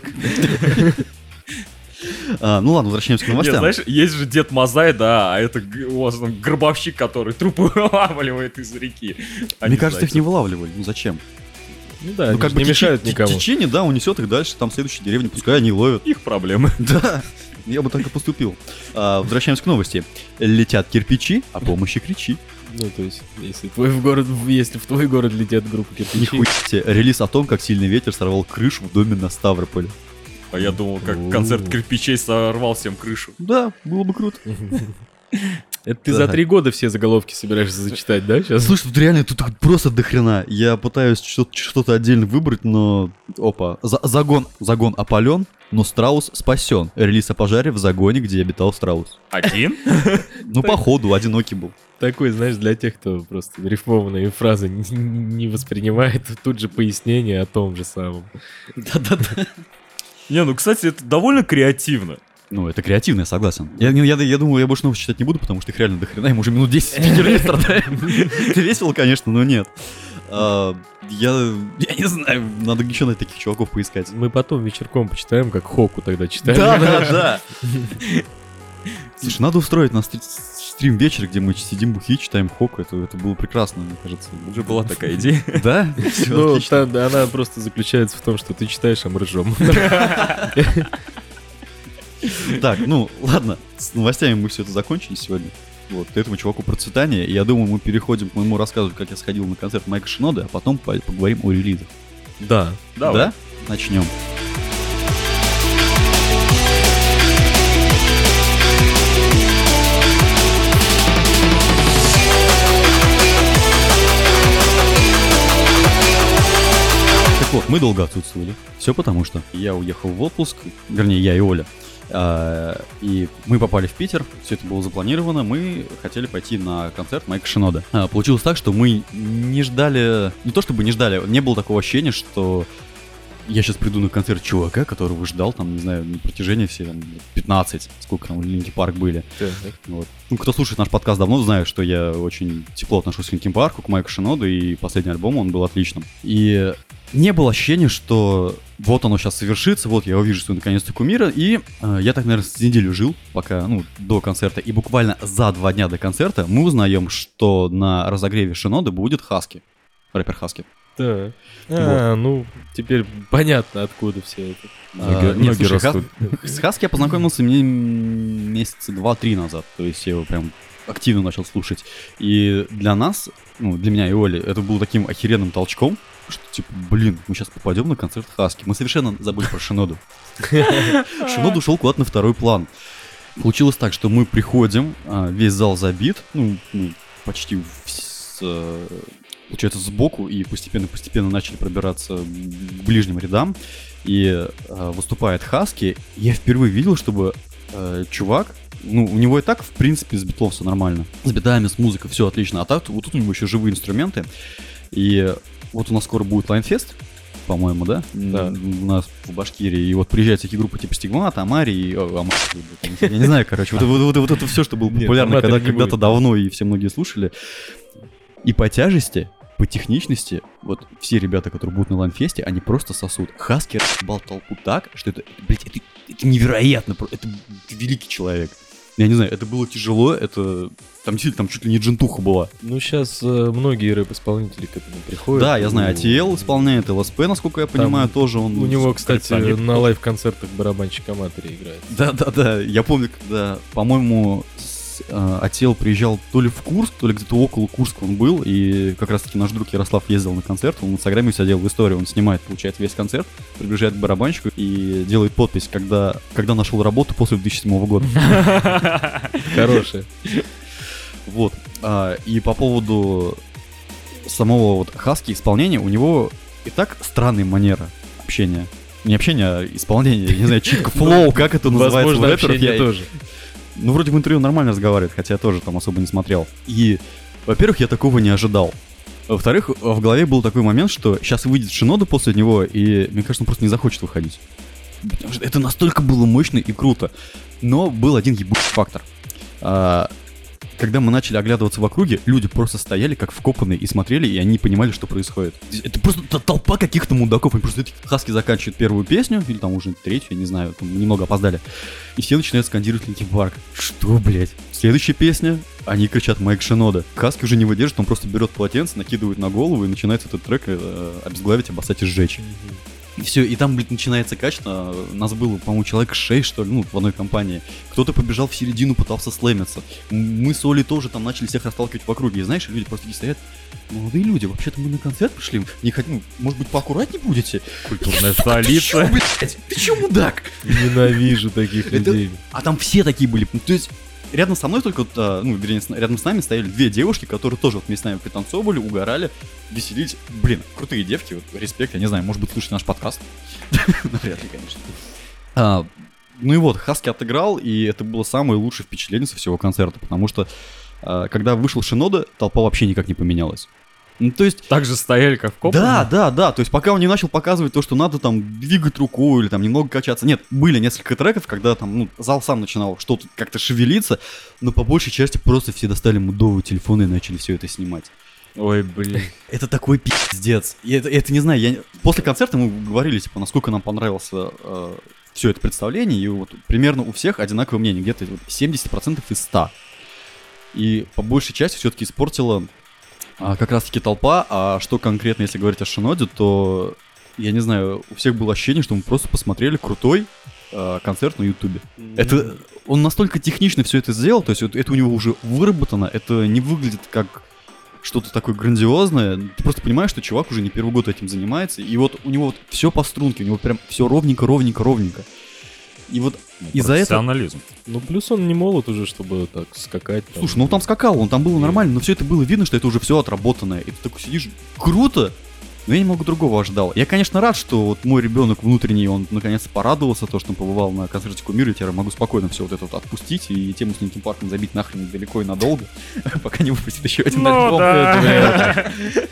А, ну ладно, возвращаемся к Не, новостям. знаешь, есть же Дед Мазай, да, а это г- у вас там гробовщик, который трупы вылавливает из реки. А Мне не кажется, их зайцев. не вылавливали. Ну зачем? Ну да, Ну они как же бы не тече- мешают те- никому. Течение, да, унесет их дальше, там следующей деревне, пускай они ловят. Их проблемы. Да, я бы так и поступил. А, Возвращаемся к новости. Летят кирпичи, о помощи кричи. Ну, то есть, если твой в город, если в твой город летят группы кирпичей. Нихуя себе. Релиз о том, как сильный ветер сорвал крышу в доме на Ставрополе. А я думал, как О. концерт кирпичей сорвал всем крышу. Да, было бы круто. Это ты Да. за три года все заголовки собираешься зачитать, да, сейчас? Слушай, тут реально тут просто дохрена. Я пытаюсь что- что-то отдельно выбрать, но... Опа. За- загон. Загон опален, но страус спасен. Релиз о пожаре в загоне, где обитал страус. Один? Ну, походу, одинокий был. Такой, знаешь, для тех, кто просто рифмованные фразы не, не воспринимает, тут же пояснение о том же самом. Да-да-да. Не, ну, кстати, это довольно креативно. Ну, это креативно, я согласен. Я, я, я, я думаю, я больше новости читать не буду, потому что их реально дохрена, им уже минут десять спикерами страдаем. Это весело, конечно, но нет. А, Я, я не знаю, надо еще на таких чуваков поискать. Мы потом вечерком почитаем, как Хоку тогда читаем. Да, да, да. Слушай, надо устроить на стри- стрим вечер, где мы сидим бухи, читаем Хоку. Это, это было прекрасно, мне кажется. Уже была такая идея. Да? Всё, Ну, отлично. та- она просто заключается в том, что ты читаешь, а мы ржем. Так, ну, ладно, с новостями мы все это закончили сегодня. Вот, этому чуваку процветание. И я думаю, мы переходим к моему рассказу, как я сходил на концерт Майка Шиноды, а потом по- поговорим о релизах. Да. Давай. Да? Начнем. Так вот, мы долго отсутствовали. Все потому, что я уехал в отпуск, вернее, я и Оля. А, И мы попали в Питер, все это было запланировано, мы хотели пойти на концерт Майка Шинода. А, Получилось так, что мы не ждали, не то чтобы не ждали, не было такого ощущения, что я сейчас приду на концерт чувака, которого ждал, там, не знаю, на протяжении все там, пятнадцать, сколько там в Линки Парк были. Вот. Ну, кто слушает наш подкаст давно, знает, что я очень тепло отношусь к Линкин Парку, к Майку Шиноду, и последний альбом, он был отличным. И не было ощущения, что вот оно сейчас совершится, вот я увижу свой наконец-то кумира, и э, я так, наверное, с неделю жил, пока, ну, до концерта, и буквально за два дня до концерта мы узнаем, что на разогреве Шинода будет Хаски, рэпер Хаски. Да. А, ну, теперь понятно, откуда все это. А, Ноги- нет, ноги слушай, Ха- растут. с Хаски я познакомился мне м, месяца два-три назад, то есть я его прям активно начал слушать. И для нас, ну, для меня и Оли, это было таким охеренным толчком, что типа, блин, мы сейчас попадем на концерт Хаски. Мы совершенно забыли про Шиноду. Шиноду ушел куда-то на второй план. Получилось так, что мы приходим, а, весь зал забит, ну, ну, почти с, э, получается, сбоку, и постепенно-постепенно начали пробираться к ближним рядам. И э, выступает Хаски. Я впервые видел, чтобы э, чувак, ну, у него и так, в принципе, с битлом все нормально. С битами, с музыкой, все отлично. А так, вот тут у него еще живые инструменты. И вот у нас скоро будет Лайнфест по-моему, да? Да. У нас в Башкирии. И вот приезжают такие группы типа Стигмат, Амари, я не знаю, короче, вот, вот, вот, вот это все, что было популярно когда, когда-то давно, и все многие слушали. И по тяжести, по техничности, вот все ребята, которые будут на лайнфесте, они просто сосут. Хаски ебал толпу так, что это, блядь, это, это невероятно, это великий человек. Я не знаю, это было тяжело, это... Там действительно, там чуть ли не джентуха была. Ну, сейчас э, многие рэп-исполнители к этому приходят. Да, я знаю, эй ти эл исполняет, эл эс пи, насколько я понимаю, Там тоже он... У него, кстати, коллекционер. на лайв-концертах барабанщик Аматори играет. Да-да-да, я помню, когда, по-моему, с- э, эй ти эл приезжал то ли в Курск, то ли где-то около Курска он был, и как раз-таки наш друг Ярослав ездил на концерт, он в инстаграме все делал историю, он снимает, получается, весь концерт, приближает к барабанщику и делает подпись, когда, когда нашел работу после две тысячи седьмого года. Хороший. Вот. А, и по поводу самого вот хаски исполнения, у него и так странная манера общения. Не общения, а исполнения. Я не знаю, читка, флоу, как это называется у Возможно, рэперов. общение Я- тоже. Ну, вроде в интервью нормально разговаривает, хотя я тоже там особо не смотрел. И, во-первых, я такого не ожидал. Во-вторых, в голове был такой момент, что сейчас выйдет Шинода после него, и мне кажется, он просто не захочет выходить. Потому что это настолько было мощно и круто. Но был один ебучий фактор. А, Когда мы начали оглядываться в округе, люди просто стояли как вкопанные и смотрели, и они не понимали, что происходит. Это просто т- толпа каких-то мудаков. Они просто эти хаски заканчивают первую песню, или там уже третью, я не знаю, там немного опоздали. И все начинают скандировать Линкин Парк. Что, блядь? Следующая песня, они кричат Майк Шинода. Хаски уже не выдержит, он просто берет полотенце, накидывает на голову, и начинается этот трек э, обезглавить, обоссать и сжечь. И все, и там, блядь, начинается качно. Нас было, по-моему, человек шесть, что ли, ну, в одной компании. Кто-то побежал в середину, пытался слэмиться. М- Мы с Олей тоже там начали всех расталкивать в округе. И знаешь, люди просто такие стоят. Молодые люди, вообще-то мы на концерт пришли. Не хотим, ну, может быть, поаккуратнее будете? Культурная Ты чё, столица. блядь? Ты чё, мудак? Ненавижу таких Это- людей. А там все такие были. Ну, то есть, рядом со мной только, вот, а, ну, вернее, с- рядом с нами стояли две девушки, которые тоже вот вместе с нами пританцовывали, угорали, веселились. Блин, крутые девки, вот, респект, я не знаю, может быть, слушайте наш подкаст. Вряд ли, конечно. А, Ну и вот, Хаски отыграл, и это было самое лучшее впечатление со всего концерта, потому что, а, когда вышел Шинода, толпа вообще никак не поменялась. Ну, то есть, Так же стояли, как в да, да, да, то есть пока он не начал показывать то, что надо там двигать рукой или там немного качаться. Нет, были несколько треков, когда там, ну, зал сам начинал что-то как-то шевелиться, но по большей части просто все достали мудовые телефоны и начали все это снимать. Ой, блин. Это такой пиздец. И это, это не знаю, я... После концерта мы говорили, типа, насколько нам понравилось все это представление, и вот примерно у всех одинаковое мнение, где-то вот семьдесят процентов из ста. И по большей части все-таки испортила а, как раз-таки толпа, а что конкретно, если говорить о Шиноде, то, я не знаю, у всех было ощущение, что мы просто посмотрели крутой а, концерт на Ютубе. Это, он настолько технично все это сделал, то есть вот это у него уже выработано, это не выглядит как что-то такое грандиозное. Ты просто понимаешь, что чувак уже не первый год этим занимается, и вот у него вот все по струнке, у него прям все ровненько, ровненько, ровненько. И вот из-за этого... Профессионализм. Ну, плюс он не молод уже, чтобы так скакать. там. Слушай, ну он там скакал, он там было нормально, но все это было видно, что это уже все отработанное. И ты такой сидишь, круто! Но я немного другого ожидал. Я, конечно, рад, что вот мой ребенок внутренний, он наконец-то порадовался, то, что он побывал на концерте Кумира, и теперь могу спокойно все вот это вот отпустить и тему с Линкин Парком забить нахрен далеко и надолго, пока не выпустит еще один Ну альбом. да.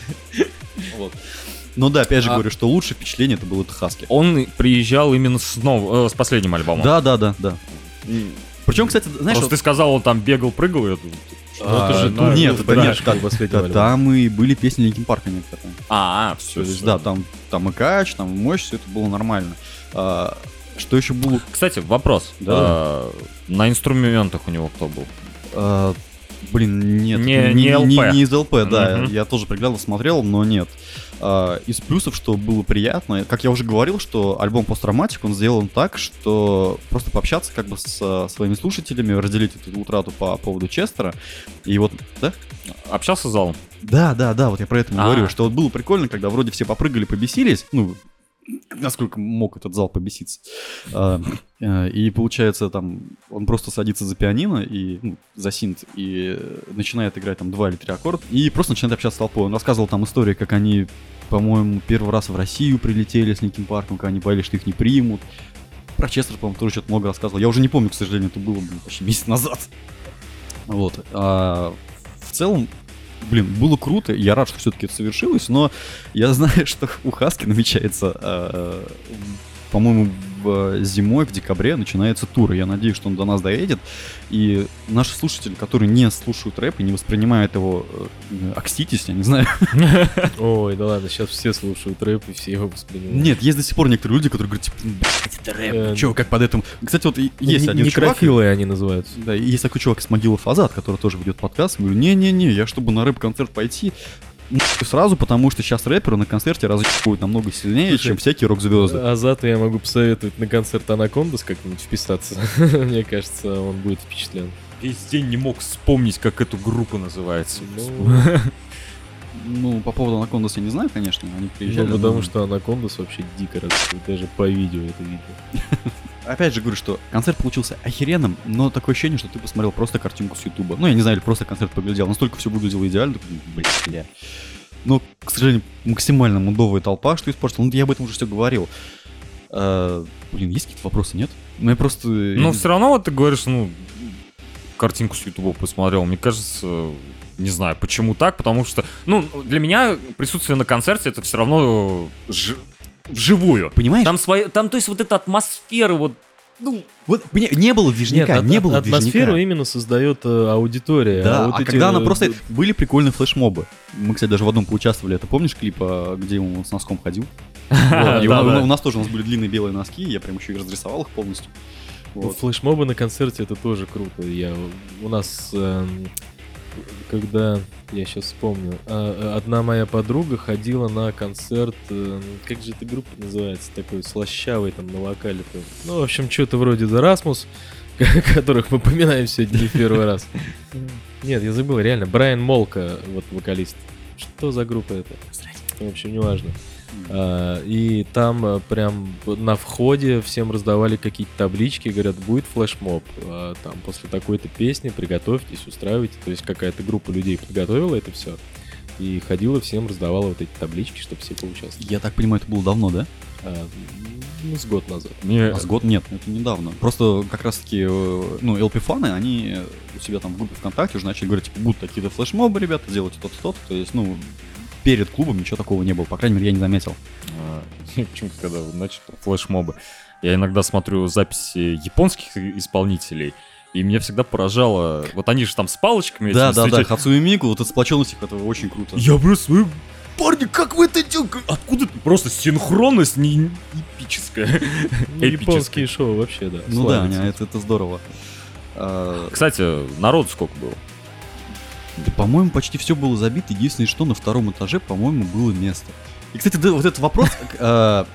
Вот. Но да, опять же А- говорю, что лучшее впечатление это было это Хаски. Он приезжал именно с, нов- э, с последним альбомом. Да, да, да, да. Причем, кстати, знаешь, Просто вот- ты сказал, он там бегал, прыгал, я думаю, Ну, это же ну, тур нет, был это в нет, поддержку да, последнего да, альбома. там и были песни Линкин Парка некоторые. А, То все. есть, да, там, там и кач, там и мощь, все это было нормально. А, что еще было? Кстати, вопрос. Да. А, на инструментах у него кто был? А, блин, нет. Не- не эл пи. Не, из эл пи, да. Мгм. Я тоже приглядывал, смотрел, но нет. А, из плюсов, что было приятно, как я уже говорил, что альбом «Посттравматик», он сделан так, что просто пообщаться как бы со своими слушателями, разделить эту утрату по поводу Честера. И вот, да? Общался с залом? Да, да, да, вот я про это и А. говорю, что вот было прикольно, когда вроде все попрыгали, побесились, ну, насколько мог этот зал побеситься. А, а, И получается, там, он просто садится за пианино и, ну, за синт, и начинает играть там два или три аккорда, и просто начинает общаться с толпой. Он рассказывал там истории, как они, по-моему, первый раз в Россию прилетели с Линкин Парком, как они боялись, что их не примут. Про Честера, по-моему, тоже что-то много рассказывал. Я уже не помню, к сожалению, это было, блин, почти месяц назад. Вот. А в целом, блин, было круто, я рад, что все-таки это совершилось, но я знаю, что у Хаски намечается, э, по-моему, в- зимой, в декабре начинается тур, и я надеюсь, что он до нас доедет, и наши слушатели, которые не слушают рэп и не воспринимают его, э, окститесь, я не знаю. Ой, да ладно, сейчас все слушают рэп и все его воспринимают. Нет, есть до сих пор некоторые люди, которые говорят, типа, блядь, это рэп, Э, ну чё, как под этим... Кстати, вот и- есть Н- один чувак... Некрофилы они называются. Да, и есть такой чувак из Могилы Фазат, который тоже ведет подкаст. Я говорю, не-не-не, я чтобы на рэп-концерт пойти, ну, сразу, потому что сейчас рэперы на концерте разъебывают намного сильнее, Слушай, чем всякие рок-звезды. Азату я могу посоветовать на концерт Анакондас как-нибудь вписаться. Мне кажется, он будет впечатлен. Весь день не мог вспомнить, как эту группу называется. Ну, Ну, по поводу Анакондас я не знаю, конечно, они приезжали. ну, потому но- что Анакондас вообще дико растут, даже по видео это видно. Опять же говорю, что концерт получился охеренным, но такое ощущение, что ты посмотрел просто картинку с Ютуба. Ну, я не знаю, или просто концерт поглядел. Настолько все выглядело идеально, такой, бля. Но, к сожалению, максимально мудовая толпа, что испортил. Ну, я об этом уже все говорил. А, блин, есть какие-то вопросы, нет? Ну, я просто... Но все равно вот ты говоришь, ну, картинку с Ютуба посмотрел. Мне кажется, не знаю, почему так, потому что, ну, для меня присутствие на концерте это все равно ж- вживую. Понимаешь? Там свои, там, то есть вот эта атмосфера, вот, ну, Вот, не, не было движника, Нет, не ат- было атмосферу движника. именно создает э, аудитория. Да, вот а эти, когда она э, просто... д- Были прикольные флешмобы. Мы, кстати, даже в одном поучаствовали. Это помнишь клип, а, где он с носком ходил? Вот, и Да, у- да. у нас тоже у нас были длинные белые носки, я прям еще и разрисовал их полностью. Вот. Флешмобы на концерте это тоже круто. Я, у нас, эм, когда, я сейчас вспомню, а, одна моя подруга ходила на концерт, эм, как же эта группа называется, такой слащавый там на вокале. Ну, в общем, что-то вроде The Rasmus, которых мы поминаем сегодня не в первый раз. Нет, я забыл, реально, Брайан Молка, вот вокалист. Что за группа это? В общем, неважно. А, и там а, прям на входе всем раздавали какие-то таблички, говорят, будет флешмоб. А, там после такой-то песни приготовьтесь, устраивайте. То есть какая-то группа людей подготовила это все и ходила, всем раздавала вот эти таблички, чтобы все поучаствовали. Я так понимаю, это было давно, да? А, ну, с год назад. мне, А с год нет, это недавно. Просто как раз-таки, э, ну, эл пи-фаны, они у себя там в группе ВКонтакте уже начали говорить, типа, будут такие-то флешмобы, ребята, делайте то-то, то-то. То есть, ну, перед клубом ничего такого не было, по крайней мере, я не заметил. а, почему-то когда вот начал про флешмобы, я иногда смотрю записи японских исполнителей, и меня всегда поражало, вот они же там с палочками этими Да, да, да, встречают. Хацуми Мику, вот эта сплоченность их, это очень круто. Я просто смотрю, парни, как вы это делаете? Откуда это? Просто синхронность не эпическая. Ну, японские шоу вообще, да. Ну да, славятся. не, это, это здорово. А, Кстати, народу сколько было? да, по-моему, почти все было забито. Единственное, что на втором этаже, по-моему, было место. И, кстати, да, вот этот вопрос, а,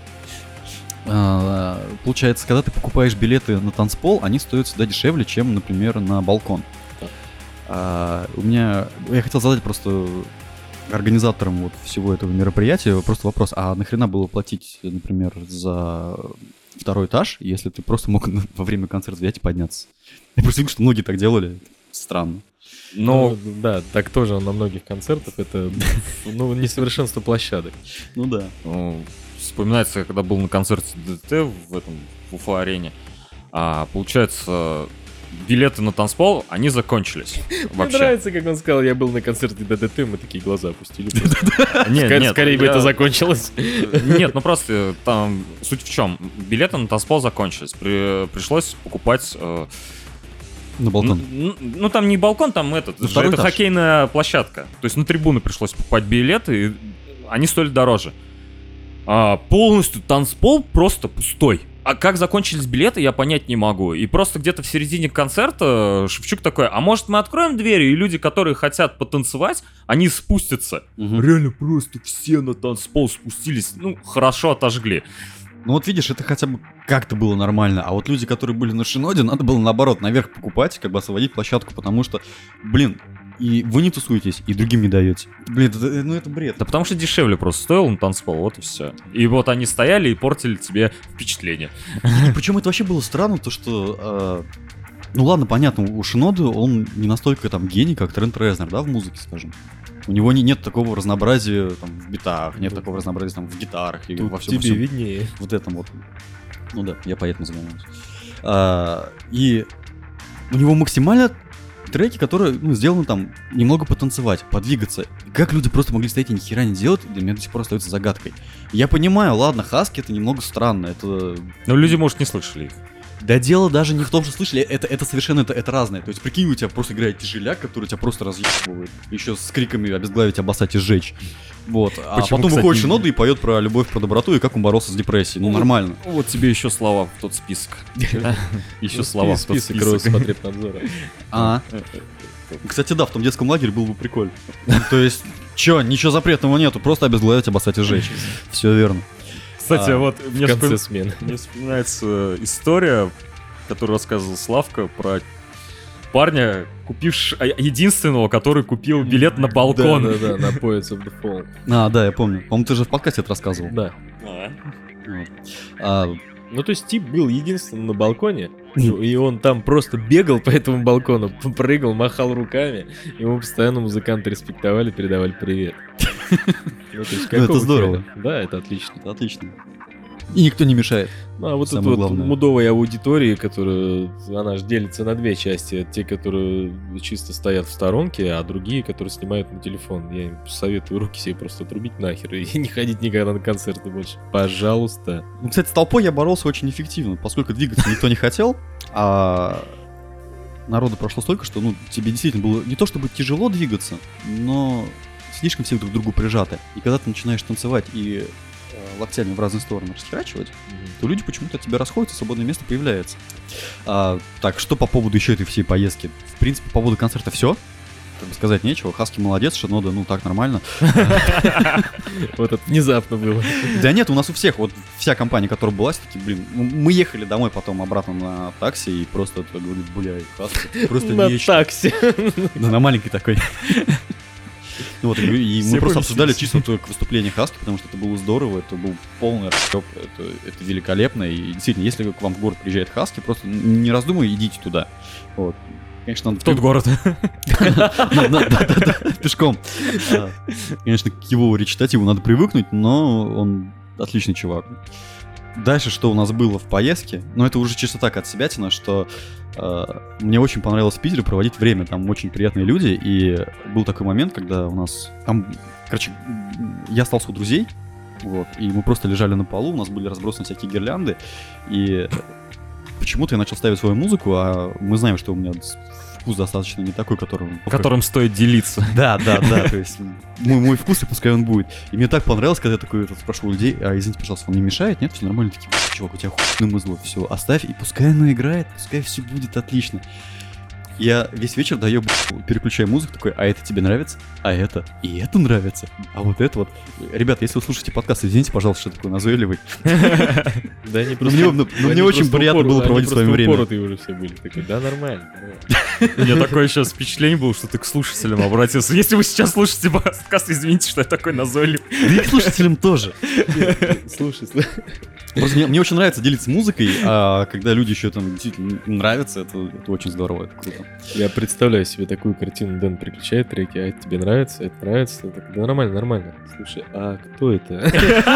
а, получается, когда ты покупаешь билеты на танцпол, они стоят всегда дешевле, чем, например, на балкон. Так. А, у меня, я хотел задать просто организаторам вот всего этого мероприятия просто вопрос, а нахрена было платить, например, за второй этаж, если ты просто мог на- во время концерта взять и подняться? Я просто видел, что многие так делали. Странно. Но Ну, да, так тоже на многих концертах. Это, ну, несовершенство площадок. Ну да. ну, вспоминается, когда был на концерте ДДТ в этом в Уфа-арене, а, получается, билеты на танцпол, они закончились. Мне Вообще. нравится, как он сказал, я был на концерте ДДТ, мы такие глаза опустили. Нет, Скорее- нет, Скорее бы я- это закончилось. Нет, ну просто там суть в чем. Билеты на танцпол закончились. При- пришлось покупать. э, На балкон. Ну, ну, ну, там не балкон, там этот. На же второй это этаж. хоккейная площадка. То есть на трибуны пришлось покупать билеты, и они стоили дороже. А, полностью танцпол просто пустой. А как закончились билеты, я понять не могу. И просто где-то в середине концерта Шевчук такой, а может мы откроем двери, и люди, которые хотят потанцевать, они спустятся. Мгм. Реально просто все на танцпол спустились. Ну, хорошо отожгли. Ну вот видишь, это хотя бы как-то было нормально. А вот люди, которые были на Шиноде, надо было наоборот наверх покупать, как бы освободить площадку, потому что, блин, и вы не тусуетесь, и другим не даете. Блин, это, ну это бред. Да потому что дешевле просто стоил на танцпол, вот и все. И вот они стояли и портили тебе впечатление. И причем это вообще было странно, то что... э, ну ладно, понятно, у Шиноды он не настолько там гений, как Трент Резнор, да, в музыке, скажем. У него не, нет такого разнообразия там, в битах, нет такого разнообразия там, в гитарах и Тут во всем. тебе виднее. Вот этом вот. Ну да, я поэтому занимаюсь. А, и у него максимально треки, которые, ну, сделаны там немного потанцевать, подвигаться. Как люди просто могли стоять и ни хера не делать, для меня до сих пор остается загадкой. Я понимаю, ладно, хаски это немного странно, это... Но люди, может, не слышали их. Да дело даже не в том, что слышали, это, это совершенно это, это разное. То есть прикинь, у тебя просто играет тяжеляк, который тебя просто разъебывает. Еще с криками обезглавить, обоссать и сжечь. Вот. А Почему, потом кстати, выходит не- Шинода и поет про любовь, про доброту и как он боролся с депрессией. Ну, нормально. Вот тебе еще слова в тот список. Еще слова в тот Список список. Роспотребнадзора. А. Кстати, да, в том детском лагере было бы прикольно. То есть, чё, ничего запретного нету, просто обезглавить, обоссать и сжечь. Все верно. Кстати, А, вот В мне конце вспом- смены. мне вспоминается история, которую рассказывал Славка про парня, купившего, а, единственного, который купил билет на балкон. Да-да-да, на Poets of the Fall. А, да, я помню. По-моему, ты же в подкасте это рассказывал. Да. А. Вот. А, Ну, то есть тип был единственным на балконе, и он там просто бегал по этому балкону, прыгал, махал руками, ему постоянно музыканты респектовали, передавали привет. Ну, то есть Ну, это какого здорово. хера? Да, это отлично. это отлично. И никто не мешает. Ну, а вот эта Самое вот главное. мудовая аудитория, которая, она же делится на две части. Те, которые чисто стоят в сторонке, а другие, которые снимают на телефон. Я им советую руки себе просто отрубить нахер и не ходить никогда на концерты больше. Пожалуйста. Ну, кстати, с толпой я боролся очень эффективно, поскольку двигаться никто не хотел, а народу прошло столько, что, ну, тебе действительно было не то чтобы тяжело двигаться, но слишком все друг к другу прижаты. И когда ты начинаешь танцевать и э, локтями в разные стороны расхерачивать, то люди почему-то от тебя расходятся, свободное место появляется. А, так, что по поводу еще этой всей поездки? В принципе, по поводу концерта все. Как бы сказать нечего. Хаски молодец, Шинода, ну так, нормально. Вот это внезапно было. Да нет, у нас у всех, вот вся компания, которая была, все таки, блин, ну, мы ехали домой потом обратно на такси, и просто это говорит, бля, Хаски, просто На нечто. такси. Да, на маленький такой. Ну вот, и и Все мы просто обсуждали поместились. чисто только выступление Хаски, потому что это было здорово, это был полный расчет, это, это великолепно, и действительно, если к вам в город приезжает Хаски, просто не раздумывая, идите туда. Вот. Конечно, надо В тот город. Да-да-да, пешком. А, Конечно, к его речитативу надо привыкнуть, но он отличный чувак. Дальше, что у нас было в поездке, ну это уже чисто так от себятина, что э, мне очень понравилось в Питере проводить время, там очень приятные люди, и был такой момент, когда у нас там, короче, я остался у друзей, вот, и мы просто лежали на полу, у нас были разбросаны всякие гирлянды, и почему-то я начал ставить свою музыку, а мы знаем, что у меня вкус достаточно не такой, которым... Которым стоит делиться. Да, да, да, то есть мой, мой вкус, и пускай он будет. И мне так понравилось, когда я такой вот, спрашиваю людей, а извините, пожалуйста, вам не мешает? Нет, все нормально? Такие, чувак, у тебя хуйное мызло, все, оставь, и пускай оно играет, пускай все будет отлично. Я весь вечер даю, переключаю музыку, такой, а это тебе нравится? А это? И это нравится? А вот это вот... Ребята, если вы слушаете подкаст, извините, пожалуйста, что такой назойливый. Да они Ну, просто... мне, ну, ну, они мне очень просто приятно упор- было они проводить с просто вами время. упоротые уже все были. Такой, да, нормально. нормально. У меня такое сейчас впечатление было, что ты к слушателям обратился. Если вы сейчас слушаете подкаст, извините, что я такой назойливый. Да и к слушателям тоже. Слушай, слушай. Просто мне, мне очень нравится делиться музыкой, а когда люди еще там действительно нравятся, это, это очень здорово, это круто. Я представляю себе такую картину. Дэн переключает треки, а это тебе нравится, это нравится. Я такой, да нормально, нормально. Слушай, а кто это?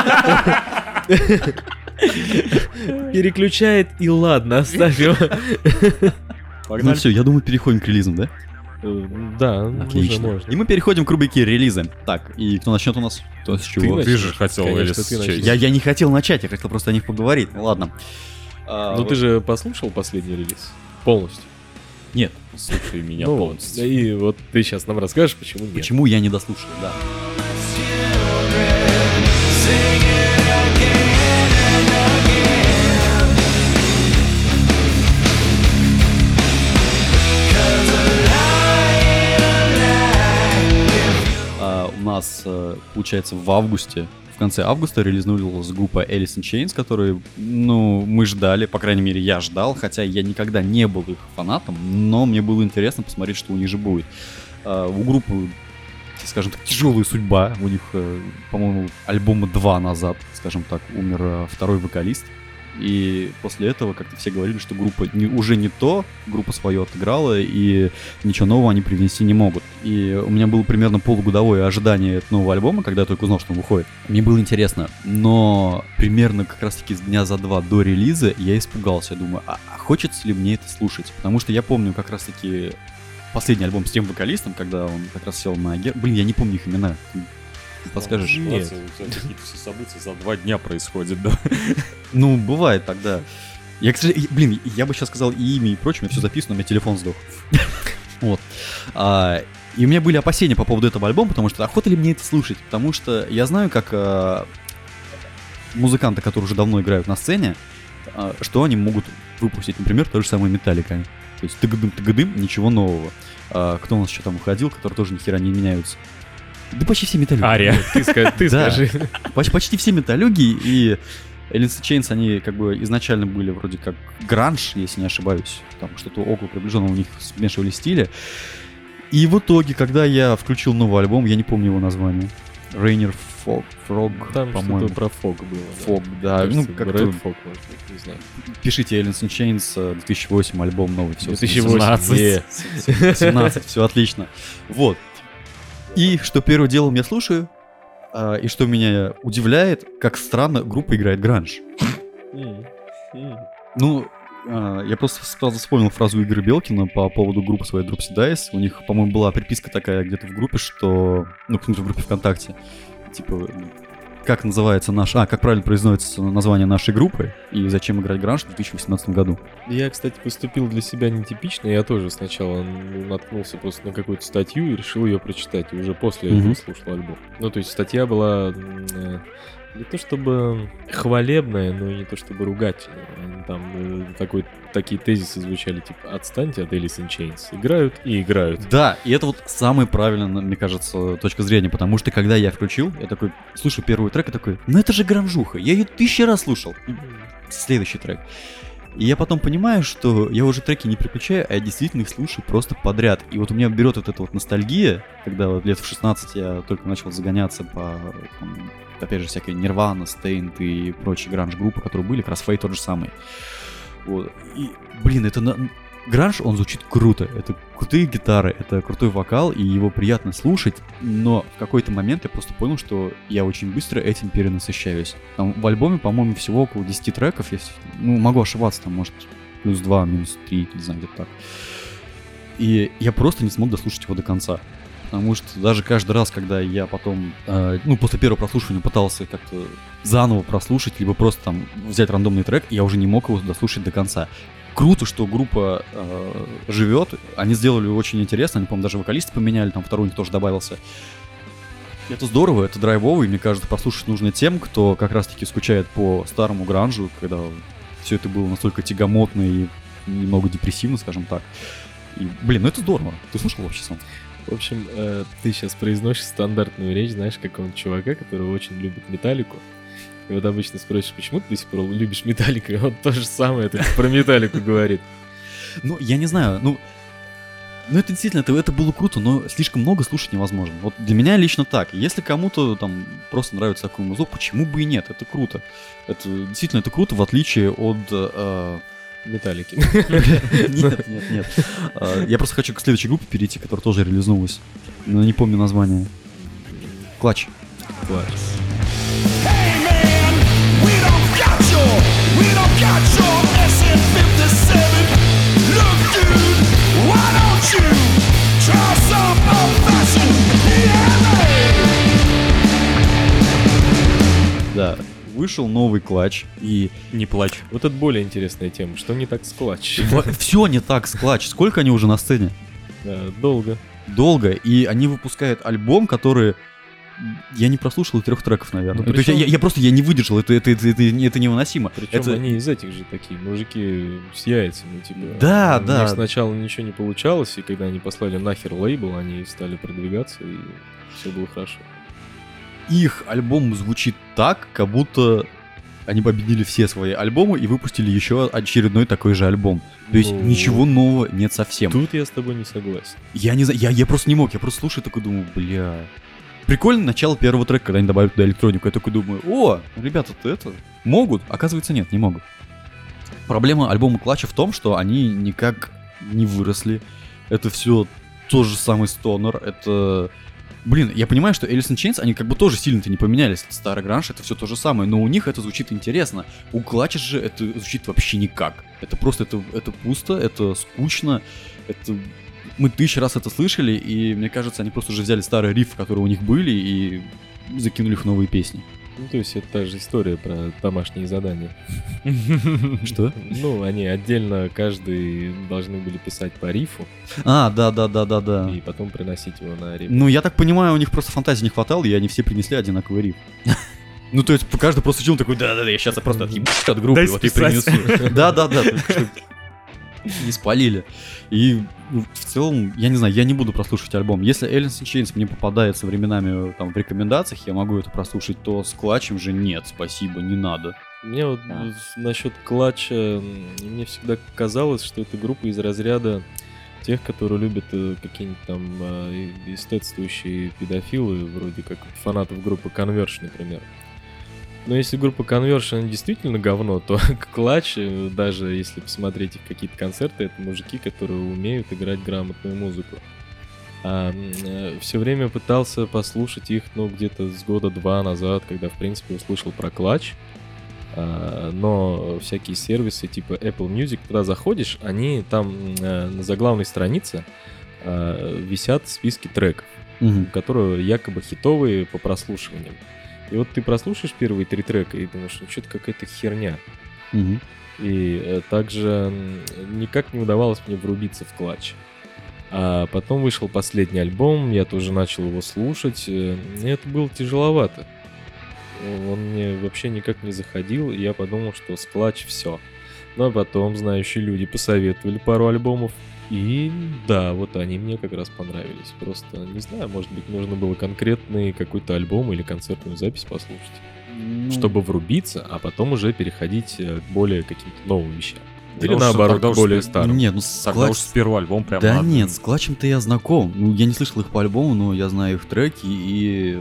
Переключает, и ладно, оставь его. Ну все, я думаю, переходим к релизам, да? Э, Да, уже Отлично. можно. И мы переходим к рубрике релизы. Так, и кто начнет у нас? Кто с чего? начнешь. Ты же хотел, Конечно, Элис, ты чё- начнешь. Я, я не хотел начать, я хотел просто о них поговорить. Ну ладно. А, Ну вот- ты же послушал последний релиз? Полностью. Нет. Слушай меня Ну вот. полностью. И вот ты сейчас нам расскажешь, почему нет. Почему я не дослушал, да. А, у нас, э, получается, в августе, в конце августа релизнулась группа Alice in Chains, которые, ну, мы ждали, по крайней мере, я ждал, хотя я никогда не был их фанатом, но мне было интересно посмотреть, что у них же будет. А, у группы, скажем так, тяжелая судьба, у них, э, по-моему, альбома два назад, скажем так, умер э, второй вокалист. И после этого как-то все говорили, что группа не, уже не то, группа свое отыграла, и ничего нового они привнести не могут. И у меня было примерно полугодовое ожидание этого нового альбома, когда я только узнал, что он выходит. Мне было интересно, но примерно как раз-таки с дня за два до релиза я испугался. Я думаю, а, а хочется ли мне это слушать? Потому что я помню как раз-таки последний альбом с тем вокалистом, когда он как раз сел на гер... Блин, я не помню их имена. Ты подскажешь? Нет. У тебя какие-то все события за два дня происходят, да? Ну, бывает тогда. Я, кстати, блин, я бы сейчас сказал и имя, и прочее, у меня все записано, у меня телефон сдох. Вот. А, и у меня были опасения по поводу этого альбома, потому что охота ли мне это слушать? Потому что я знаю, как а, музыканты, которые уже давно играют на сцене, а, что они могут выпустить, например, то же самое Металлика. То есть тыгадым-тыгадым, ничего нового. А, кто у нас еще там выходил, которые тоже ни хера не меняются? Да почти все металлюги. Ария. Ты, ска- ты Да. скажи. Поч- почти все металлюги, и Alice in Chains, они как бы изначально были вроде как гранж, если не ошибаюсь. Там что-то около приближенного у них смешивали стили. И в итоге, когда я включил новый альбом, я не помню его название. Rainier Fog, Frog, Там по-моему. что-то про фог было. да. Fog, да. Кажется, Ну, как-то Red Fog, может быть, не знаю. пишите Alice in Chains э, две тысячи восемь, альбом новый. Все, две тысячи восемь. Не. семнадцать, все отлично. Вот. И что первым делом я слушаю, а, и что меня удивляет, как странно группа играет гранж. М, м. Ну, а, я просто сразу вспомнил фразу Игоря Белкина по поводу группы своей Dropsy Dice. У них, по-моему, была приписка такая где-то в группе, что... Ну, в смысле, в группе ВКонтакте. Типа, как называется наш... А, как правильно произносится название нашей группы и зачем играть гранж в две тысячи восемнадцатом году. Я, кстати, поступил для себя нетипично. Я тоже сначала ну, наткнулся просто на какую-то статью и решил ее прочитать. И уже после Мгм. этого слушал альбом. Ну, то есть статья была м, э, не то чтобы хвалебная, но и не то чтобы ругательная. Они Там э, такой, такие тезисы звучали, типа, отстаньте от Alice in Chains. Играют и играют. Да, и это вот самая правильная, мне кажется, точка зрения, потому что когда я включил, я такой слушаю первый трек и такой, ну это же гранжуха, я ее тысячи раз слушал. И следующий трек. И я потом понимаю, что я уже треки не переключаю, а я действительно их слушаю просто подряд. И вот у меня берет вот эта вот ностальгия, когда вот лет в шестнадцать я только начал загоняться по, там, опять же, всякой Nirvana, Stained и прочие гранж-группы, которые были, Crossfade тот же самый. Вот. И, блин, это на... гранж, он звучит круто. Это крутые гитары, это крутой вокал, и его приятно слушать. Но в какой-то момент я просто понял, что я очень быстро этим перенасыщаюсь. Там в альбоме, по-моему, всего около десяти треков. Если... Ну, могу ошибаться, там, может, плюс два, минус три, не знаю, где-то так. И я просто не смог дослушать его до конца. Потому что даже каждый раз, когда я потом, э, ну, после первого прослушивания пытался как-то заново прослушать, либо просто там взять рандомный трек, я уже не мог его дослушать до конца. Круто, что группа э, живет, они сделали очень интересно, они, по-моему, даже вокалиста поменяли, там второй у них тоже добавился. Это здорово, это драйвово, и мне кажется, послушать нужно тем, кто как раз-таки скучает по старому гранжу, когда все это было настолько тягомотно и немного депрессивно, скажем так. И, блин, ну это здорово. Ты слушал вообще сам? В общем, э, ты сейчас произносишь стандартную речь, знаешь, какого-нибудь чувака, который очень любит Металлику. И вот обычно спросишь, почему ты до сих пор любишь Металлику, и он то же самое это про Металлику говорит. Ну, я не знаю, ну... Ну, это действительно, это, это было круто, но слишком много слушать невозможно. Вот для меня лично так. Если кому-то там просто нравится такой музыка, почему бы и нет? Это круто. Это действительно, это круто, в отличие от... э, Металлики. Нет, нет, нет. Э, Я просто хочу к следующей группе перейти, которая тоже релизнулась. Но не помню название. Клатч. Класс. Hey man, we don't got your, we don't got your эс эн фифти-севен. Look dude, why don't you try some old-fashioned ди эн эй? Да. Вышел новый Клатч, и Не плачь. Вот это более интересная тема. Что не так с Клатч? все не так с Клатч. Сколько они уже на сцене? Да, долго. Долго, и они выпускают альбом, который я не прослушал и трех треков, наверное. Ну, То есть причем- я, я просто я не выдержал, это, это, это, это, это невыносимо. Причем это... они из этих же такие, мужики с яйцами, типа. Да, у да. них сначала ничего не получалось, и когда они послали нахер лейбл, они стали продвигаться, и все было хорошо. Их альбом звучит так, как будто они победили все свои альбомы и выпустили еще очередной такой же альбом. То есть Ну, ничего нового нет совсем. Тут я с тобой не согласен. Я не знаю, я, я просто не мог, я просто слушаю такой думаю, бля. Прикольно начало первого трека, когда они добавили туда электронику. Я такой думаю, о, ребята-то это могут. Оказывается, нет, не могут. Проблема альбома Клатча в том, что они никак не выросли. Это все тот же самый стонер. Это... Блин, я понимаю, что Alice in Chains, они как бы тоже сильно-то не поменялись. Это старый гранж, это все то же самое. Но у них это звучит интересно. У Клатча же это звучит вообще никак. Это просто, это, это пусто, это скучно. Это... мы тысячу раз это слышали, и мне кажется, они просто уже взяли старые рифы, которые у них были, и закинули их в новые песни. Ну, то есть это та же история про домашние задания. Что? Ну, они отдельно, каждый должны были писать по рифу, А, да-да-да-да-да. и потом приносить его на риф. Ну, я так понимаю, у них просто фантазии не хватало, и они все принесли одинаковый риф. Ну, то есть, каждый просто сидел такой, да-да-да, я сейчас просто отъебу от группы, Дай вот и списать. принесу. Да-да-да, только что не спалили. И ну, в целом, я не знаю, я не буду прослушивать альбом. Если Alice in Chains мне попадается временами там в рекомендациях, я могу это прослушать, то с Клатчем же нет, спасибо, не надо. Мне вот Да. с- насчет Клатча, м, мне всегда казалось, что это группа из разряда тех, которые любят э, какие-нибудь там э, и- эстетствующие педофилы, вроде как фанатов группы Converge, например. Но если группа Converge действительно говно, то Клатч, э, даже если посмотреть их какие-то концерты, это мужики, которые умеют играть грамотную музыку. А все время пытался послушать их, ну, где-то с года два назад, когда, в принципе, услышал про Клатч. А, но всякие сервисы типа Apple Music, туда заходишь, они там э, на заглавной странице э, висят списки треков, Мгм. которые якобы хитовые по прослушиваниям. И вот ты прослушаешь первые три трека и думаешь, ну что-то какая-то херня. Мгм. И э, также м, никак не удавалось мне врубиться в Клатч. А потом вышел последний альбом, я тоже начал его слушать, э, и это было тяжеловато. Он мне вообще никак не заходил, и я подумал, что с Клатч все. Но потом знающие люди посоветовали пару альбомов, и да, вот они мне как раз понравились. Просто, не знаю, может быть, нужно было конкретный какой-то альбом или концертную запись послушать, Ну, чтобы врубиться, а потом уже переходить э, к более каким-то новым вещам. Или Ну, что наоборот, тогда к уж более ты- старым. Нет, ну с Тогда Клатч- уж с первого альбома прям Да надо. нет, с Клатчем-то я знаком. Ну, я не слышал их по альбому, но я знаю их треки и...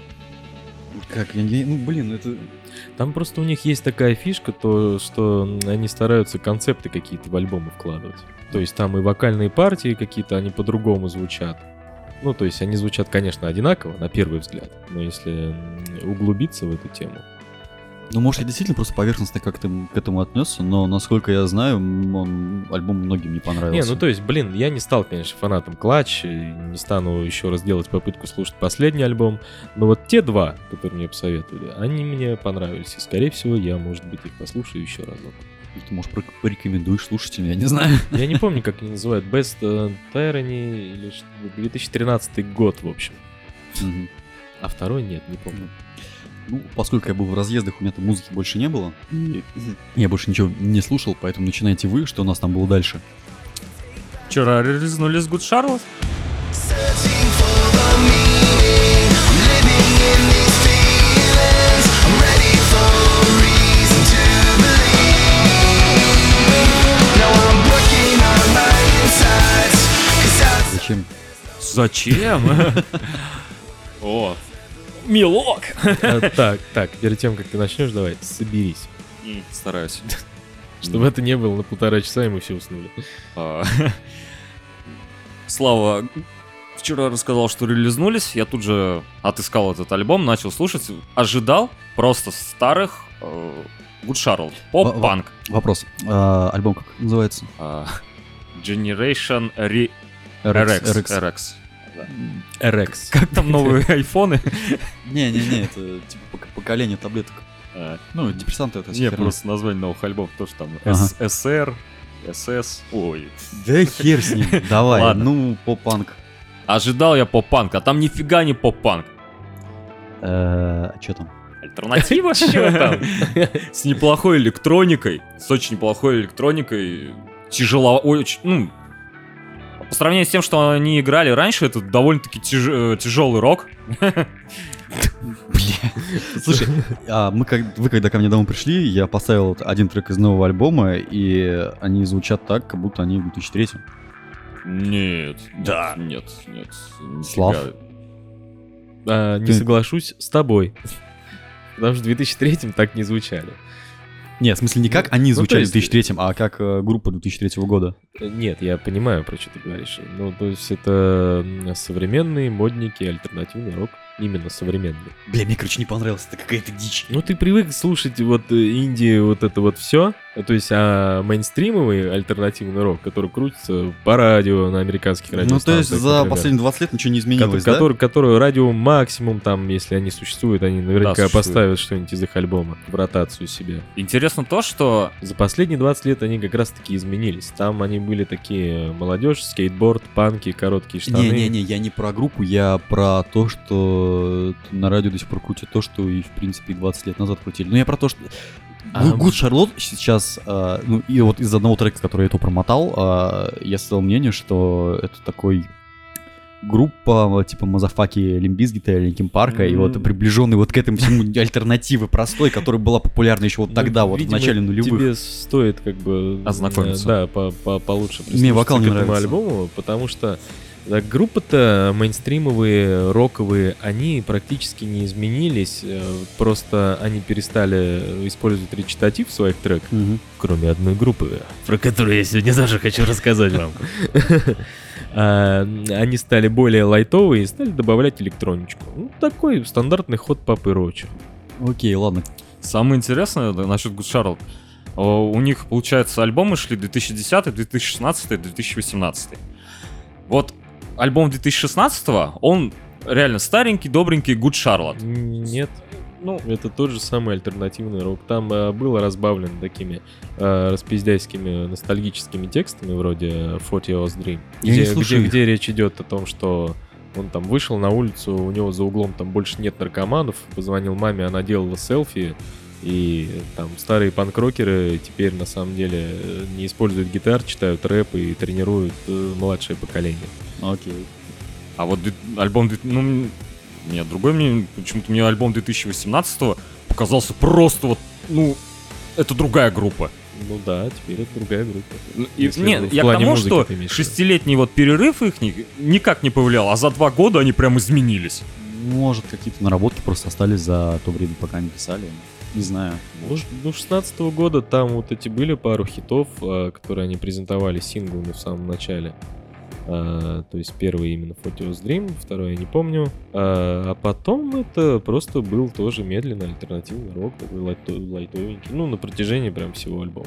Как, я не... Ну, блин, это... Там просто у них есть такая фишка, то, что они стараются концепты какие-то в альбомы вкладывать. То есть там и вокальные партии какие-то, они по-другому звучат. Ну, то есть они звучат, конечно, одинаково, на первый взгляд. Но если м, углубиться в эту тему... Ну, может, я действительно просто поверхностно как-то к этому отнесся, но, насколько я знаю, м, он, альбом многим не понравился. Не, ну то есть, блин, я не стал, конечно, фанатом Клатч, и не стану еще раз делать попытку слушать последний альбом, но вот те два, которые мне посоветовали, они мне понравились, и, скорее всего, я, может быть, их послушаю еще разок. Ты, может, порек- порекомендуешь слушателям, я не знаю. Я не помню, как они называют, Best э, Tyranny или что- две тысячи тринадцатый год, в общем. Мгм. А второй нет, не помню. Ну, поскольку я был в разъездах, у меня там музыки больше не было. И я больше ничего не слушал, поэтому начинайте вы, что у нас там было дальше. Вчера релизнули с Good Charlotte. Searching for the meaning, living in these feelings. I'm ready for a reason to believe. Now I'm working on my insides, 'cause I Зачем? Зачем? О, милок. А, так, так, перед тем, как ты начнешь, давай, соберись. М, Стараюсь. Чтобы это не было на полтора часа, и мы все уснули. А, Слава вчера рассказал, что релизнулись. Я тут же отыскал этот альбом, начал слушать. Ожидал просто старых э, Good Charlotte. Поп-панк. Вопрос. А, альбом как называется? А, Generation Re- эр эр икс. икс. эр икс. эр икс. Как там новые айфоны? Не-не-не, это типа пок- поколение таблеток. А, Ну, депрессанты это Не, просто название новых альбомов тоже там Ага. С- СР, СС. Ой. Да хер с ним. Давай, Ладно. ну, поп-панк. Ожидал я поп-панк, а там нифига не поп-панк. Э, Что там? Альтернатива? Чё там? С неплохой электроникой, с очень неплохой электроникой, тяжело, очень, ну, по сравнению с тем, что они играли раньше, это довольно-таки тяжелый рок. Слушай, а мы как, вы когда ко мне домой пришли, я поставил вот один трек из нового альбома, и они звучат так, как будто они в две тысячи третьем. Нет, Да. нет, нет. нифига. Слав? А, не Ты- соглашусь с тобой. Потому что в две тысячи третьем так не звучали. Нет, в смысле не как они Ну, то звучали есть- в две тысячи третьем, а как э, группа две тысячи третьего года. Нет, я понимаю, про что ты говоришь. Ну, то есть это м, современный модники, альтернативный рок. Именно современный. Бля, мне, короче, не понравилось, это какая-то дичь. Ну, ты привык слушать вот э, инди, вот это вот все. То есть, а мейнстримовый альтернативный рок, который крутится по радио на американских Ну, радиостанциях. то есть за например. последние двадцать лет ничего не Кото- изменилось, да? который, который радио максимум, там, если они существуют, они наверняка существуют. поставят что-нибудь из их альбома в ротацию себе. Интересно то, что За последние двадцать лет они как раз-таки изменились. Там они были такие молодежь, скейтборд, панки, короткие штаны. Не-не-не, я не про группу, я про то, что на радио до сих пор крутят то, что и, в принципе, двадцать лет назад крутили. Ну, я про то, что... А, Good Charlotte сейчас, а, ну, и вот из одного трека, который я то промотал, а, я сказал мнение, что это такой группа, типа Мазафаки Лимбизгита или Линкин Парка, и вот М. приближенный вот к этому всему альтернативы простой, которая была популярна еще вот Ну, тогда, вот в видимо, начале нулевых. Тебе стоит как бы... Ознакомиться. э, Да, по- по- получше Мне вокал не к этому нравится. альбому, потому что да, группы-то мейнстримовые, роковые, они практически не изменились, э, просто они перестали использовать речитатив в своих треках, Мгм. кроме одной группы, про которую я сегодня тоже хочу рассказать вам. А, Они стали более лайтовые и стали добавлять электроничку. Ну, такой стандартный ход папы Рочи. Окей, ладно. самое интересное да, насчет Good Charlotte. О, У них, получается, альбомы шли две тысячи десятый, две тысячи шестнадцатый, две тысячи восемнадцатый. Вот альбом две тысячи шестнадцатого, он реально старенький, добренький Good Charlotte. Нет, Ну, это тот же самый альтернативный рок. Там э, было разбавлено такими э, распиздяйскими ностальгическими текстами вроде сорок Years Dream, Я не где, слушаю где, их. где речь идет о том, что он там вышел на улицу, у него за углом там больше нет наркоманов, позвонил маме, она делала селфи, и там старые панк-рокеры теперь на самом деле э, не используют гитар, читают рэп и тренируют э, младшее поколение. Окей. а вот две- альбом... две- Ну, нет, другой мне... Почему-то мне альбом две тысячи восемнадцатого показался просто вот... Ну, это другая группа. Ну да, теперь это другая группа. Ну, и- Если нет, в я к плане тому, музыки что ты имеешь в виду. шестилетний вот перерыв их ни- никак не повлиял, а за два года они прям изменились. Может, какие-то наработки просто остались за то время, пока они писали. Не знаю. Ну, ш- ну, шестнадцатого года там вот эти были пару хитов, а, которые они презентовали синглами в самом начале. А, то есть первый именно сорок Years Dream, второй я не помню. А, а потом это просто был тоже медленный альтернативный рок, такой лайто- лайтовенький. Ну, на протяжении прям всего альбома.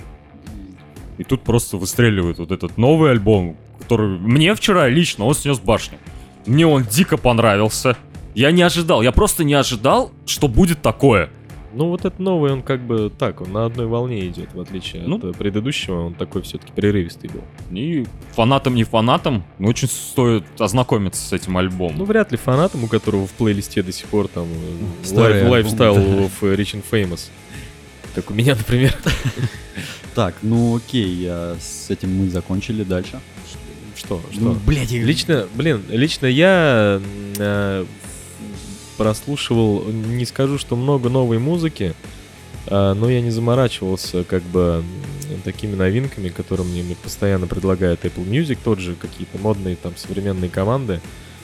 И тут просто выстреливает вот этот новый альбом, который мне вчера лично он снес башню. Мне он дико понравился. Я не ожидал, я просто не ожидал, что будет такое. Ну, вот этот новый, он как бы так, он на одной волне идет, в отличие Ну. от э, предыдущего, он такой все-таки прерывистый был. И фанатам, не фанатам, но очень стоит ознакомиться с этим альбомом. Ну, вряд ли фанатам, у которого в плейлисте до сих пор там э, Старый Life- альбом, Lifestyle of Rich and Famous. Как у меня, например. Так, ну окей, а с этим мы закончили. Дальше. Что? Что? Ну, блядь, я- Лично, блин, лично я э, прослушивал, не скажу, что много новой музыки, а, но я не заморачивался как бы м, такими новинками, которые мне, мне постоянно предлагает Apple Music, тот же какие-то модные там современные команды.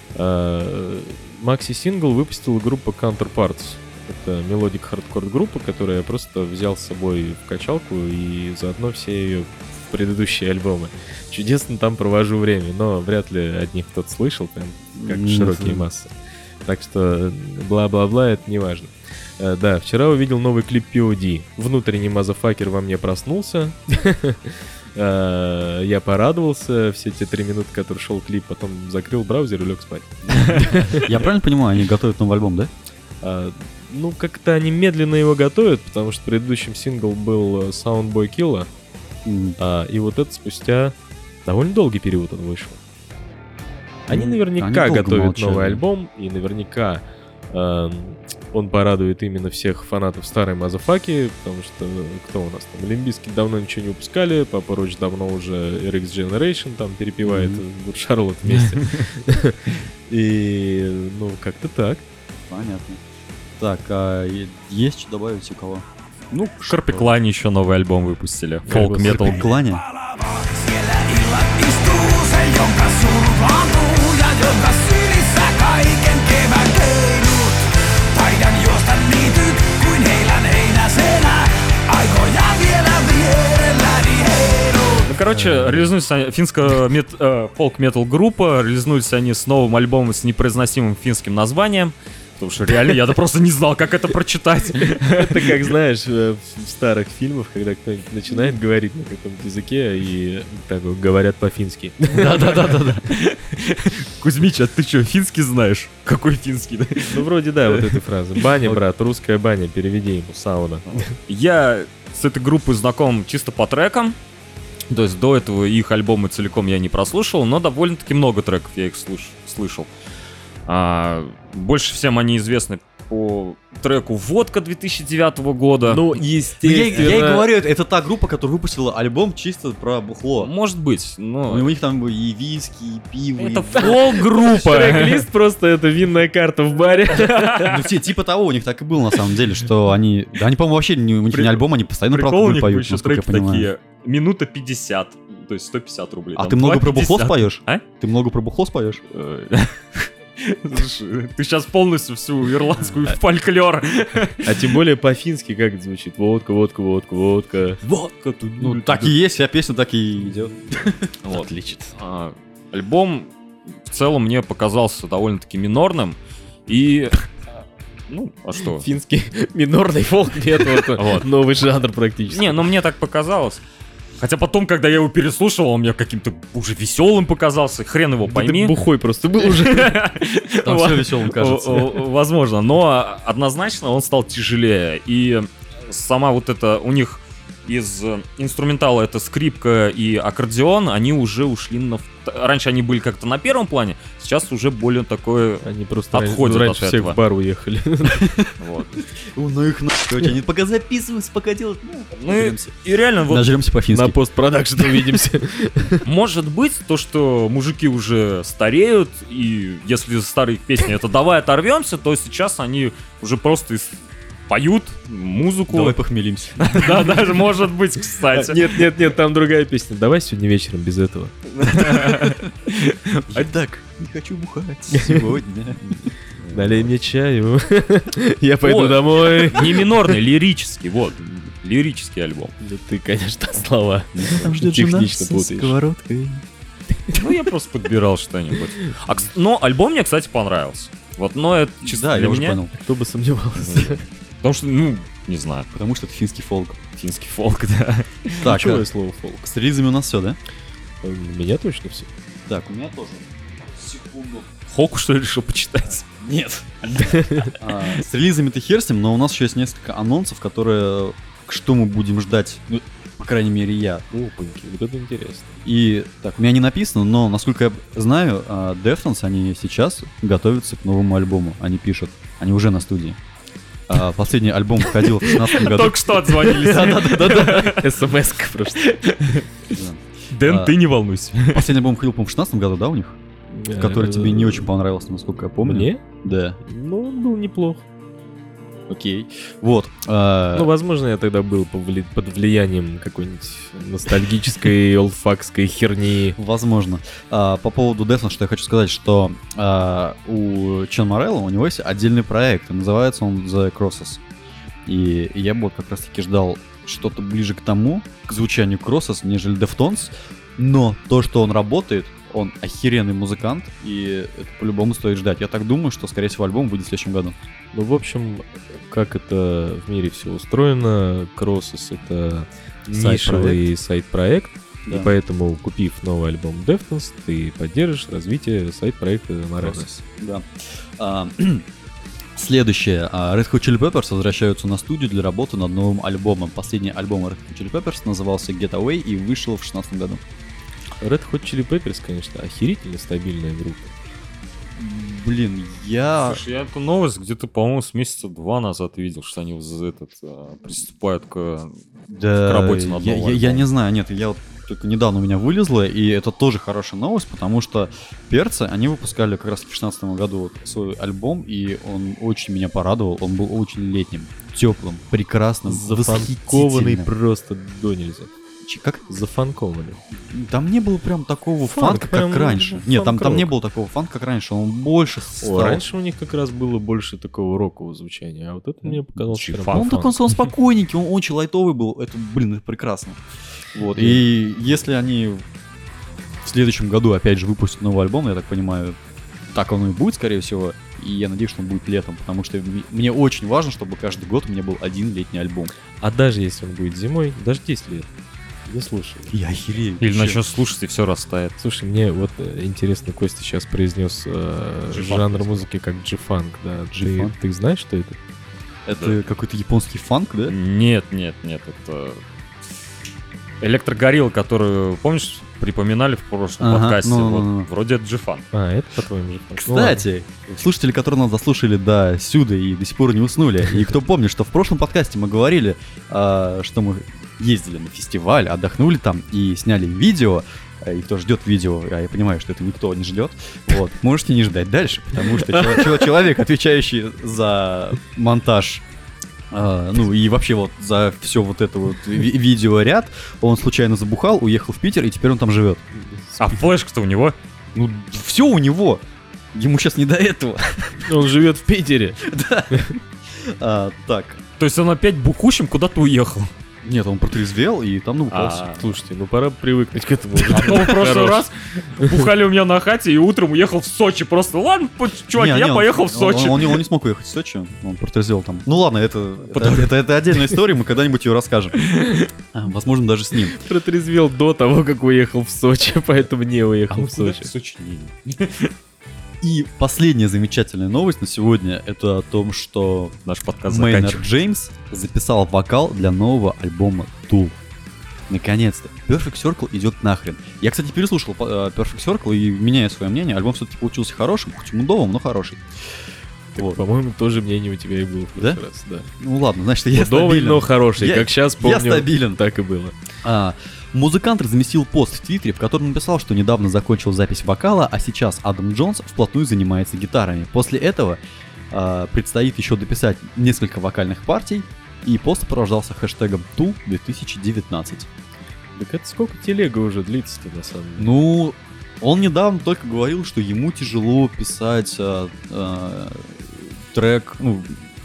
А, Макси-сингл выпустила группа Counterparts. Это мелодик хардкор группа, которую я просто взял с собой в качалку и заодно все ее предыдущие альбомы. Чудесно там провожу время, но вряд ли от них кто-то слышал, прям как Не широкие знаю. массы. Так что бла-бла-бла, это не важно. Э, Да, вчера увидел новый клип пи о ди. Внутренний мазафакер во мне проснулся. Э, Я порадовался все те три минуты, которые шел клип, потом закрыл браузер и лег спать. Я правильно понимаю, они готовят новый альбом, да? А, Ну, как-то они медленно его готовят, потому что предыдущим сингл был э, Soundboy Killa, М, а, и вот это спустя довольно долгий период он вышел. Они Ну, наверняка они долго готовят молчали. новый альбом, и наверняка эм, он порадует именно всех фанатов старой Мазафаки, потому что э, кто у нас там? Лимбиски давно ничего не выпускали, Папа Роч давно уже эр икс Generation там перепевает Мгм. Good Charlotte вместе. И, ну, как-то так. Понятно. Так, а е- есть что добавить у кого? Ну, Шарпиклани еще новый альбом выпустили. Фолк бы метал. Клане? Siellä illat istuu se, jonka surmaantuu ja jonka sylissä kaiken kevään keinut. Taidan juosta niityt kuin heilän heinäsenä, aikoja vielä vierelläni heiluu. Ну, короче, короче, релизнулись они, финская мет- э, фолк-метал группа, релизнулись они с новым альбомом с непроизносимым финским названием. Потому что реально я просто не знал, как это прочитать. Это как, знаешь, в старых фильмах, когда кто-нибудь начинает говорить на каком-то языке и так вот говорят по-фински. Да-да-да-да. Кузьмич, а ты что, финский знаешь? Какой финский? Ну, вроде да, вот этой фразы. Баня, брат, русская баня, переведи ему, сауна. Я с этой группой знаком чисто по трекам. То есть до этого их альбомы целиком я не прослушал, но довольно-таки много треков я их слыш- слышал. А, больше всем они известны по треку «Водка» две тысячи девятого года. Ну, Я, естественно. я и говорю, это, это та группа, которая выпустила альбом чисто про бухло. Может быть, У но... них там и виски, и пиво. Это и... фолк-группа. Трек-лист просто это винная карта в баре. Ну, те- типа того, у них так и было на самом деле, что они... Да, они, по-моему, вообще не, у них не Прикол- альбом, они постоянно про Прикол у алкоголь них поют, еще насколько я треки понимаю. такие. Минута пятьдесят, то есть сто пятьдесят рублей. А там ты много про бухло два пятьдесят. споешь? А? Ты много про бухло споешь? Э, слушай, ты сейчас полностью всю ирландскую фольклор. А тем более по-фински как это звучит? Водка, водка, водка, водка. Водка. Ну, так и есть, вся песня так и идет. Вот. А, альбом в целом мне показался довольно-таки минорным. И... Ну, а что? Финский минорный фолк-метал, это Вот. новый жанр практически. Не, ну мне так показалось. Хотя потом, когда я его переслушивал, он мне каким-то уже веселым показался. Хрен его Да ты пойми. бухой просто был уже. Там все веселым кажется. О- о- Возможно, но однозначно он стал тяжелее. И сама вот это у них из э, инструментала это скрипка и аккордеон, они уже ушли на... вт- Раньше они были как-то на первом плане, сейчас уже более такое... Они просто Отходят раньше от всех этого. в бар уехали. Вот. Ну их нахуй, они пока записываются, пока делают. Ну и, и реально, вот Нажремся по-фински. На постпродакшн увидимся. может быть то, что мужики уже стареют, и если старые песни это «давай оторвемся», то сейчас они уже просто из- поют музыку. Давай похмелимся. Да, даже может быть, кстати. Нет, нет, нет, там другая песня. Давай сегодня вечером без этого. А так, не хочу бухать сегодня. Налей мне чаю. Я пойду Ой. домой. Не минорный, лирический, вот. Лирический альбом. Ну ты, конечно, слова. Там ждет Технично путаешь. сковородкой. Ну, я просто подбирал что-нибудь. А, кс- но альбом мне, кстати, понравился. Вот, но это чисто Да, для я уже меня. понял. Кто бы сомневался. Потому что, ну, не знаю, Потому что это финский фолк. финский фолк, да. Так, Ключевое а, слово фолк. с релизами у нас все, да? У меня точно все. Так, у меня тоже. Секунду. Хоку, что ли, решил почитать? Нет. А, С релизами-то хер с ним, но у нас еще есть несколько анонсов, которые... Что мы будем ждать, ну, по крайней мере, я. Опаньки, вот это интересно. И так, у меня не написано, но, насколько я знаю, а, Deftones, они сейчас готовятся к новому альбому. Они пишут, они уже на студии. А, Последний альбом выходил в шестнадцатом году. Только что отзвонились. эс эм эс-ка просто. Да. Дэн, А. ты не волнуйся. Последний альбом выходил, по-моему, в шестнадцатом году, да, у них? Который тебе не очень понравился, насколько я помню. Мне? Да. Ну, он был неплох. Окей. Вот. а, Ну, возможно, я тогда был повли- под влиянием какой-нибудь ностальгической олдфакской херни. Возможно. А, по поводу Deftones, что я хочу сказать, что а, у Чен Морелла, у него есть отдельный проект, и называется он The Crosses. И я бы вот как раз-таки ждал что-то ближе к тому, к звучанию Crosses, нежели Deftones, но то, что он работает, он охеренный музыкант, и это по-любому стоит ждать. Я так думаю, что, скорее всего, альбом выйдет в следующем году. Ну, в общем, как это в мире все устроено, Crosses — это нишевый сайт-проект, и Да. поэтому, купив новый альбом Deftones, ты поддержишь развитие сайт-проекта Morales. Да. А, Следующее. А, Red Hot Chili Peppers возвращаются на студию для работы над новым альбомом. Последний альбом Red Hot Chili Peppers назывался Get Away и вышел в шестнадцатом году. Red Hot Chili Peppers, конечно, охерительно стабильная группа. Блин, я... Слушай, я эту новость где-то, по-моему, с месяца два назад видел, что они в- этот, а, приступают к... Да, к работе над я, новым я- я альбомом. не знаю, нет, я вот только недавно у меня вылезло, и это тоже хорошая новость, потому что перцы, они выпускали как раз в шестнадцатом году вот свой альбом, и он очень меня порадовал, он был очень летним, теплым, прекрасным, Зафанкованный восхитительным. просто до нельзя. Ч- Как? Зафанкованный. Там не было прям такого Фанк, фанка, прям как раньше. Нет, там, там фанк-рок. не было такого фанка, как раньше, он больше стал. О, раньше у них как раз было больше такого рокового звучания, а вот это мне показалось Чи прям... фанк. Он, так, он, он спокойненький, он очень лайтовый был, это, блин, это прекрасно. Вот. И если они в следующем году опять же выпустят новый альбом, я так понимаю, так оно и будет, скорее всего. И я надеюсь, что он будет летом, потому что м- мне очень важно, чтобы каждый год у меня был один летний альбом. А даже если он будет зимой, дождись лет. Не слушай. Я охерею. Или вообще. начнешь слушать, и все растает. Слушай, мне вот э, интересно, Костя сейчас произнес э, G-funk. жанр музыки как G-funk, да. Ты, G-funk. ты знаешь, что это? Это какой-то японский фанк, да? Нет, нет, нет, это... Электрогорилла, которую, помнишь, припоминали в прошлом Ага, подкасте, ну, вот, ну, ну. вроде это G-Funk. А, это по-твоему G-funk. Кстати, слушатели, которые нас заслушали до сюда и до сих пор не уснули, и кто помнит, что в прошлом подкасте мы говорили, а, что мы ездили на фестиваль, отдохнули там и сняли видео, а, и кто ждет видео, а я понимаю, что это никто не ждет, вот, можете не ждать дальше, потому что чел- чел- человек, отвечающий за монтаж, а, ну и вообще вот за все вот это вот ви- видеоряд, он случайно забухал, уехал в Питер, и теперь он там живет. А флешка-то у него? Ну, все у него. Ему сейчас не до этого. Он живет в Питере. А, так. То есть он опять бухущим куда-то уехал. Нет, он протрезвел и там наупался. А. Слушайте, ну пора привыкнуть к этому. А то в прошлый Хорош. раз бухали у меня на хате и утром уехал в Сочи. Просто, ладно, по- чуваки, Не, я не, он- поехал в он- Сочи. Он, он не- он не смог уехать в Сочи, он протрезвел там. Ну ладно, это, это, это, это отдельная история, мы когда-нибудь ее расскажем. А, возможно, даже с ним. Протрезвел до того, как уехал в Сочи, поэтому не А уехал мы в куда Сочи. в Сочи не- И последняя замечательная новость на сегодня, это о том, что Наш подкаст Мейнард заканчивается. Джеймс записал вокал для нового альбома Tool. Наконец-то. Perfect Circle идет нахрен. Я, кстати, переслушал э, Perfect Circle и меняю свое мнение. Альбом все-таки получился хорошим, хоть и мудовым, но хороший. Вот. По-моему, тоже мнение у тебя и было в Да? прошлый раз, да. Ну ладно, значит, я Мудовый, стабилен. но хороший, Я- как сейчас я помню. стабилен. Так и было. А, музыкант разместил пост в Твиттере, в котором написал, что недавно закончил запись вокала, а сейчас Адам Джонс вплотную занимается гитарами. После этого а, предстоит еще дописать несколько вокальных партий, и пост сопровождался хэштегом Tool две тысячи девятнадцать. Так это сколько телега уже длится-то, на самом деле? Ну, он недавно только говорил, что ему тяжело писать а, а, трек, ну,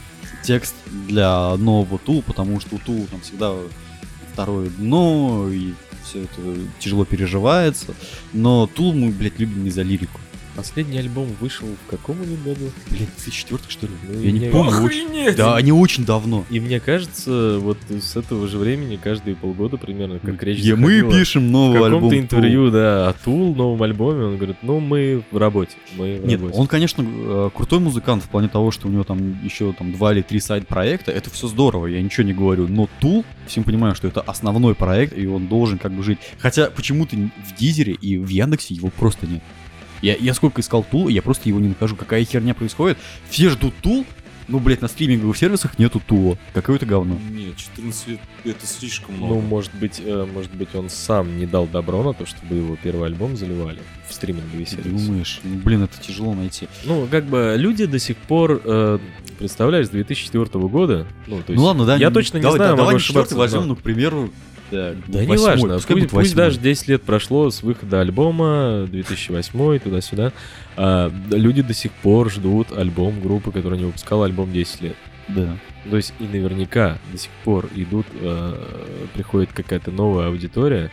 текст для нового Tool, потому что у Tool там всегда второе дно, и все это тяжело переживается. Но Tool мы, блядь, любим не за лирику. Последний альбом вышел в каком он году? Блядь, две тысячи четвёртый, что ли? Ну, Я не я- помню. Охренеть! очень- Да, они очень давно. И мне кажется, вот с этого же времени, каждые полгода примерно, как речь Где мы заходила, пишем в новый альбом каком-то Tool. интервью, да, о Tool, новом альбоме, он говорит, ну мы в работе, мы в Нет, работе. он, конечно, э, крутой музыкант в плане того, что у него там еще там два или три сайд-проекта. Это все здорово, я ничего не говорю. Но Tool, всем понимаю, что это основной проект, и он должен как бы жить. Хотя почему-то в Дизере и в Яндексе его просто нет. Я, я сколько искал Tool, я просто его не нахожу. Какая херня происходит? Все ждут Tool, ну, блядь, на стриминговых сервисах нету Тула. Какое-то говно. Нет, четырнадцать лет это слишком Ну, может быть, э, может быть, он сам не дал добро на то, чтобы его первый альбом заливали в стриминговые Ты сервисы. думаешь? Ну, блин, это тяжело найти. Ну, как бы люди до сих пор, э, представляешь, с две тысячи четвёртого года, ну, то есть, Ну ладно, да. я не- точно не давай, знаю, да, могу давай ошибаться, четвертый возьмем, но- ну, к примеру, да, Да не восьмой. важно, Пускай пусть, будет пусть восьмой. даже десять лет прошло с выхода альбома, две тысячи восьмой, туда-сюда, а, люди до сих пор ждут альбом группы, которая не выпускала альбом десять лет. Да. То есть и наверняка до сих пор идут, э, приходит какая-то новая аудитория,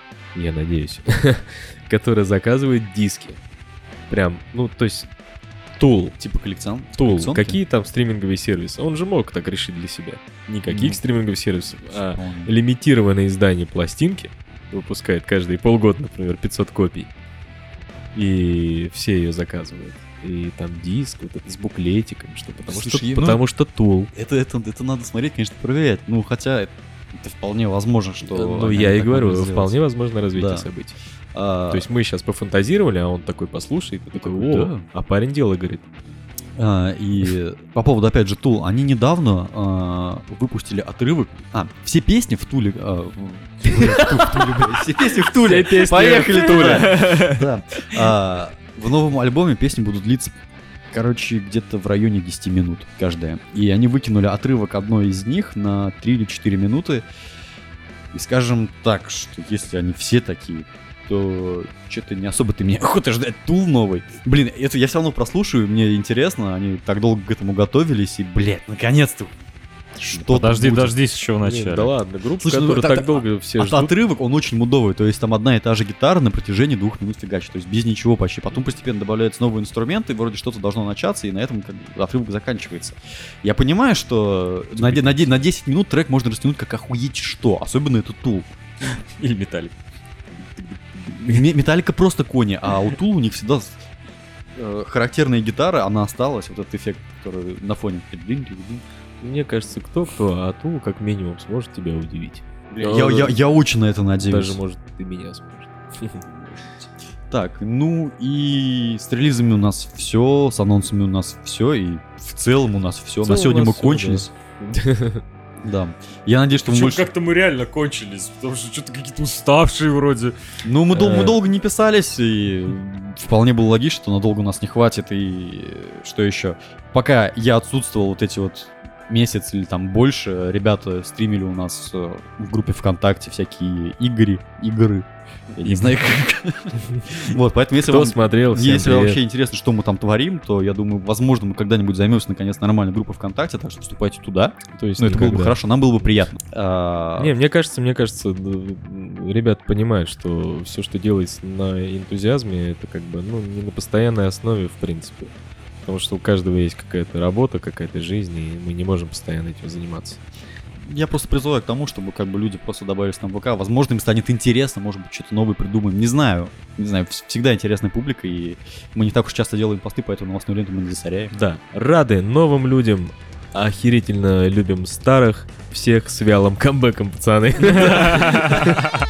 я надеюсь, которая заказывает диски. Прям, ну, то есть Tool, Типа коллекцион. Tool, коллекционки? какие там стриминговые сервисы? Он же мог так решить для себя. Никаких Ну, стриминговых сервисов, а Вполне. лимитированное издание пластинки выпускает каждые полгода, например, пятьсот копий. И все ее заказывают. И там диск вот этот с буклетиком, что потому Слушай, что ну- потому что Tool. Это, это, это надо смотреть, конечно, проверять. Ну, хотя это, это вполне возможно, что... Ну, они я и так говорю, могут сделать. вполне возможно развитие Да. событий. А, То есть мы сейчас пофантазировали, а он такой послушает и такой, такой, о, да. а парень дело говорит. а, и по поводу, опять же, Tool, они недавно а, выпустили отрывок... А, все песни в Туле... а, в- в Ту- в Туле, блядь, все песни в Туле. Все песни Поехали в Туле. туда. Да. А, в новом альбоме песни будут длиться, короче, где-то в районе десять минут каждая. И они выкинули отрывок одной из них на три или четыре минуты. И скажем так, что если они все такие, то что-то не особо-то мне охота ждать Тул новый. Блин, это я все равно прослушаю, мне интересно, они так долго к этому готовились, и, блядь, наконец-то что Подожди, будет. дождись еще в Нет, начале. да ладно, группа, Слушай, ну, которую так- так долго все От- ждут. отрывок, он очень мудовый, то есть там одна и та же гитара на протяжении двух минут фигачит, то есть без ничего почти. Потом постепенно добавляются новые инструменты, вроде что-то должно начаться, и на этом как бы отрывок заканчивается. Я понимаю, что на, де- на, де- на десять минут трек можно растянуть как охуеть что, особенно это Тул. Или Металлик. Металлика просто кони, а у Тул у них всегда э, характерная гитара, она осталась, вот этот эффект, который на фоне. Мне кажется, кто-кто, а Тул как минимум сможет тебя удивить. Я, я, я очень на это надеюсь. Даже, может, ты меня сможешь. Так, ну и с релизами у нас все, с анонсами у нас все, и в целом у нас все. В На целом сегодня у мы нас всё, кончились. Да. Я надеюсь, что мы Причем больше... как-то мы реально кончились, потому что что-то какие-то уставшие вроде. Ну, мы, дол- мы Э. долго не писались, и вполне было логично, что надолго у нас не хватит, и что еще. Пока я отсутствовал вот эти вот месяц или там больше, ребята стримили у нас э, в группе ВКонтакте всякие игры, игры. Я не знаю, как. Вот, поэтому если Кто вам... смотрел, всем Если привет. вообще интересно, что мы там творим, то я думаю, возможно, мы когда-нибудь займемся наконец нормальной группой ВКонтакте, так что вступайте туда. То есть Ну, это было бы никогда. хорошо, нам было бы приятно. А, Не, мне кажется, мне кажется, д- ребята понимают, что все, что делается на энтузиазме, это как бы, ну, не на постоянной основе, в принципе. Потому что у каждого есть какая-то работа, какая-то жизнь, и мы не можем постоянно этим заниматься. Я просто призываю к тому, чтобы как бы люди просто добавились на ВК. Возможно, им станет интересно, может быть, что-то новое придумаем. Не знаю. Не знаю, вс- всегда интересная публика, и мы не так уж часто делаем посты, поэтому новостную ленту мы не засоряем. Да, рады новым людям, охерительно любим старых, всех с вялым камбэком, пацаны.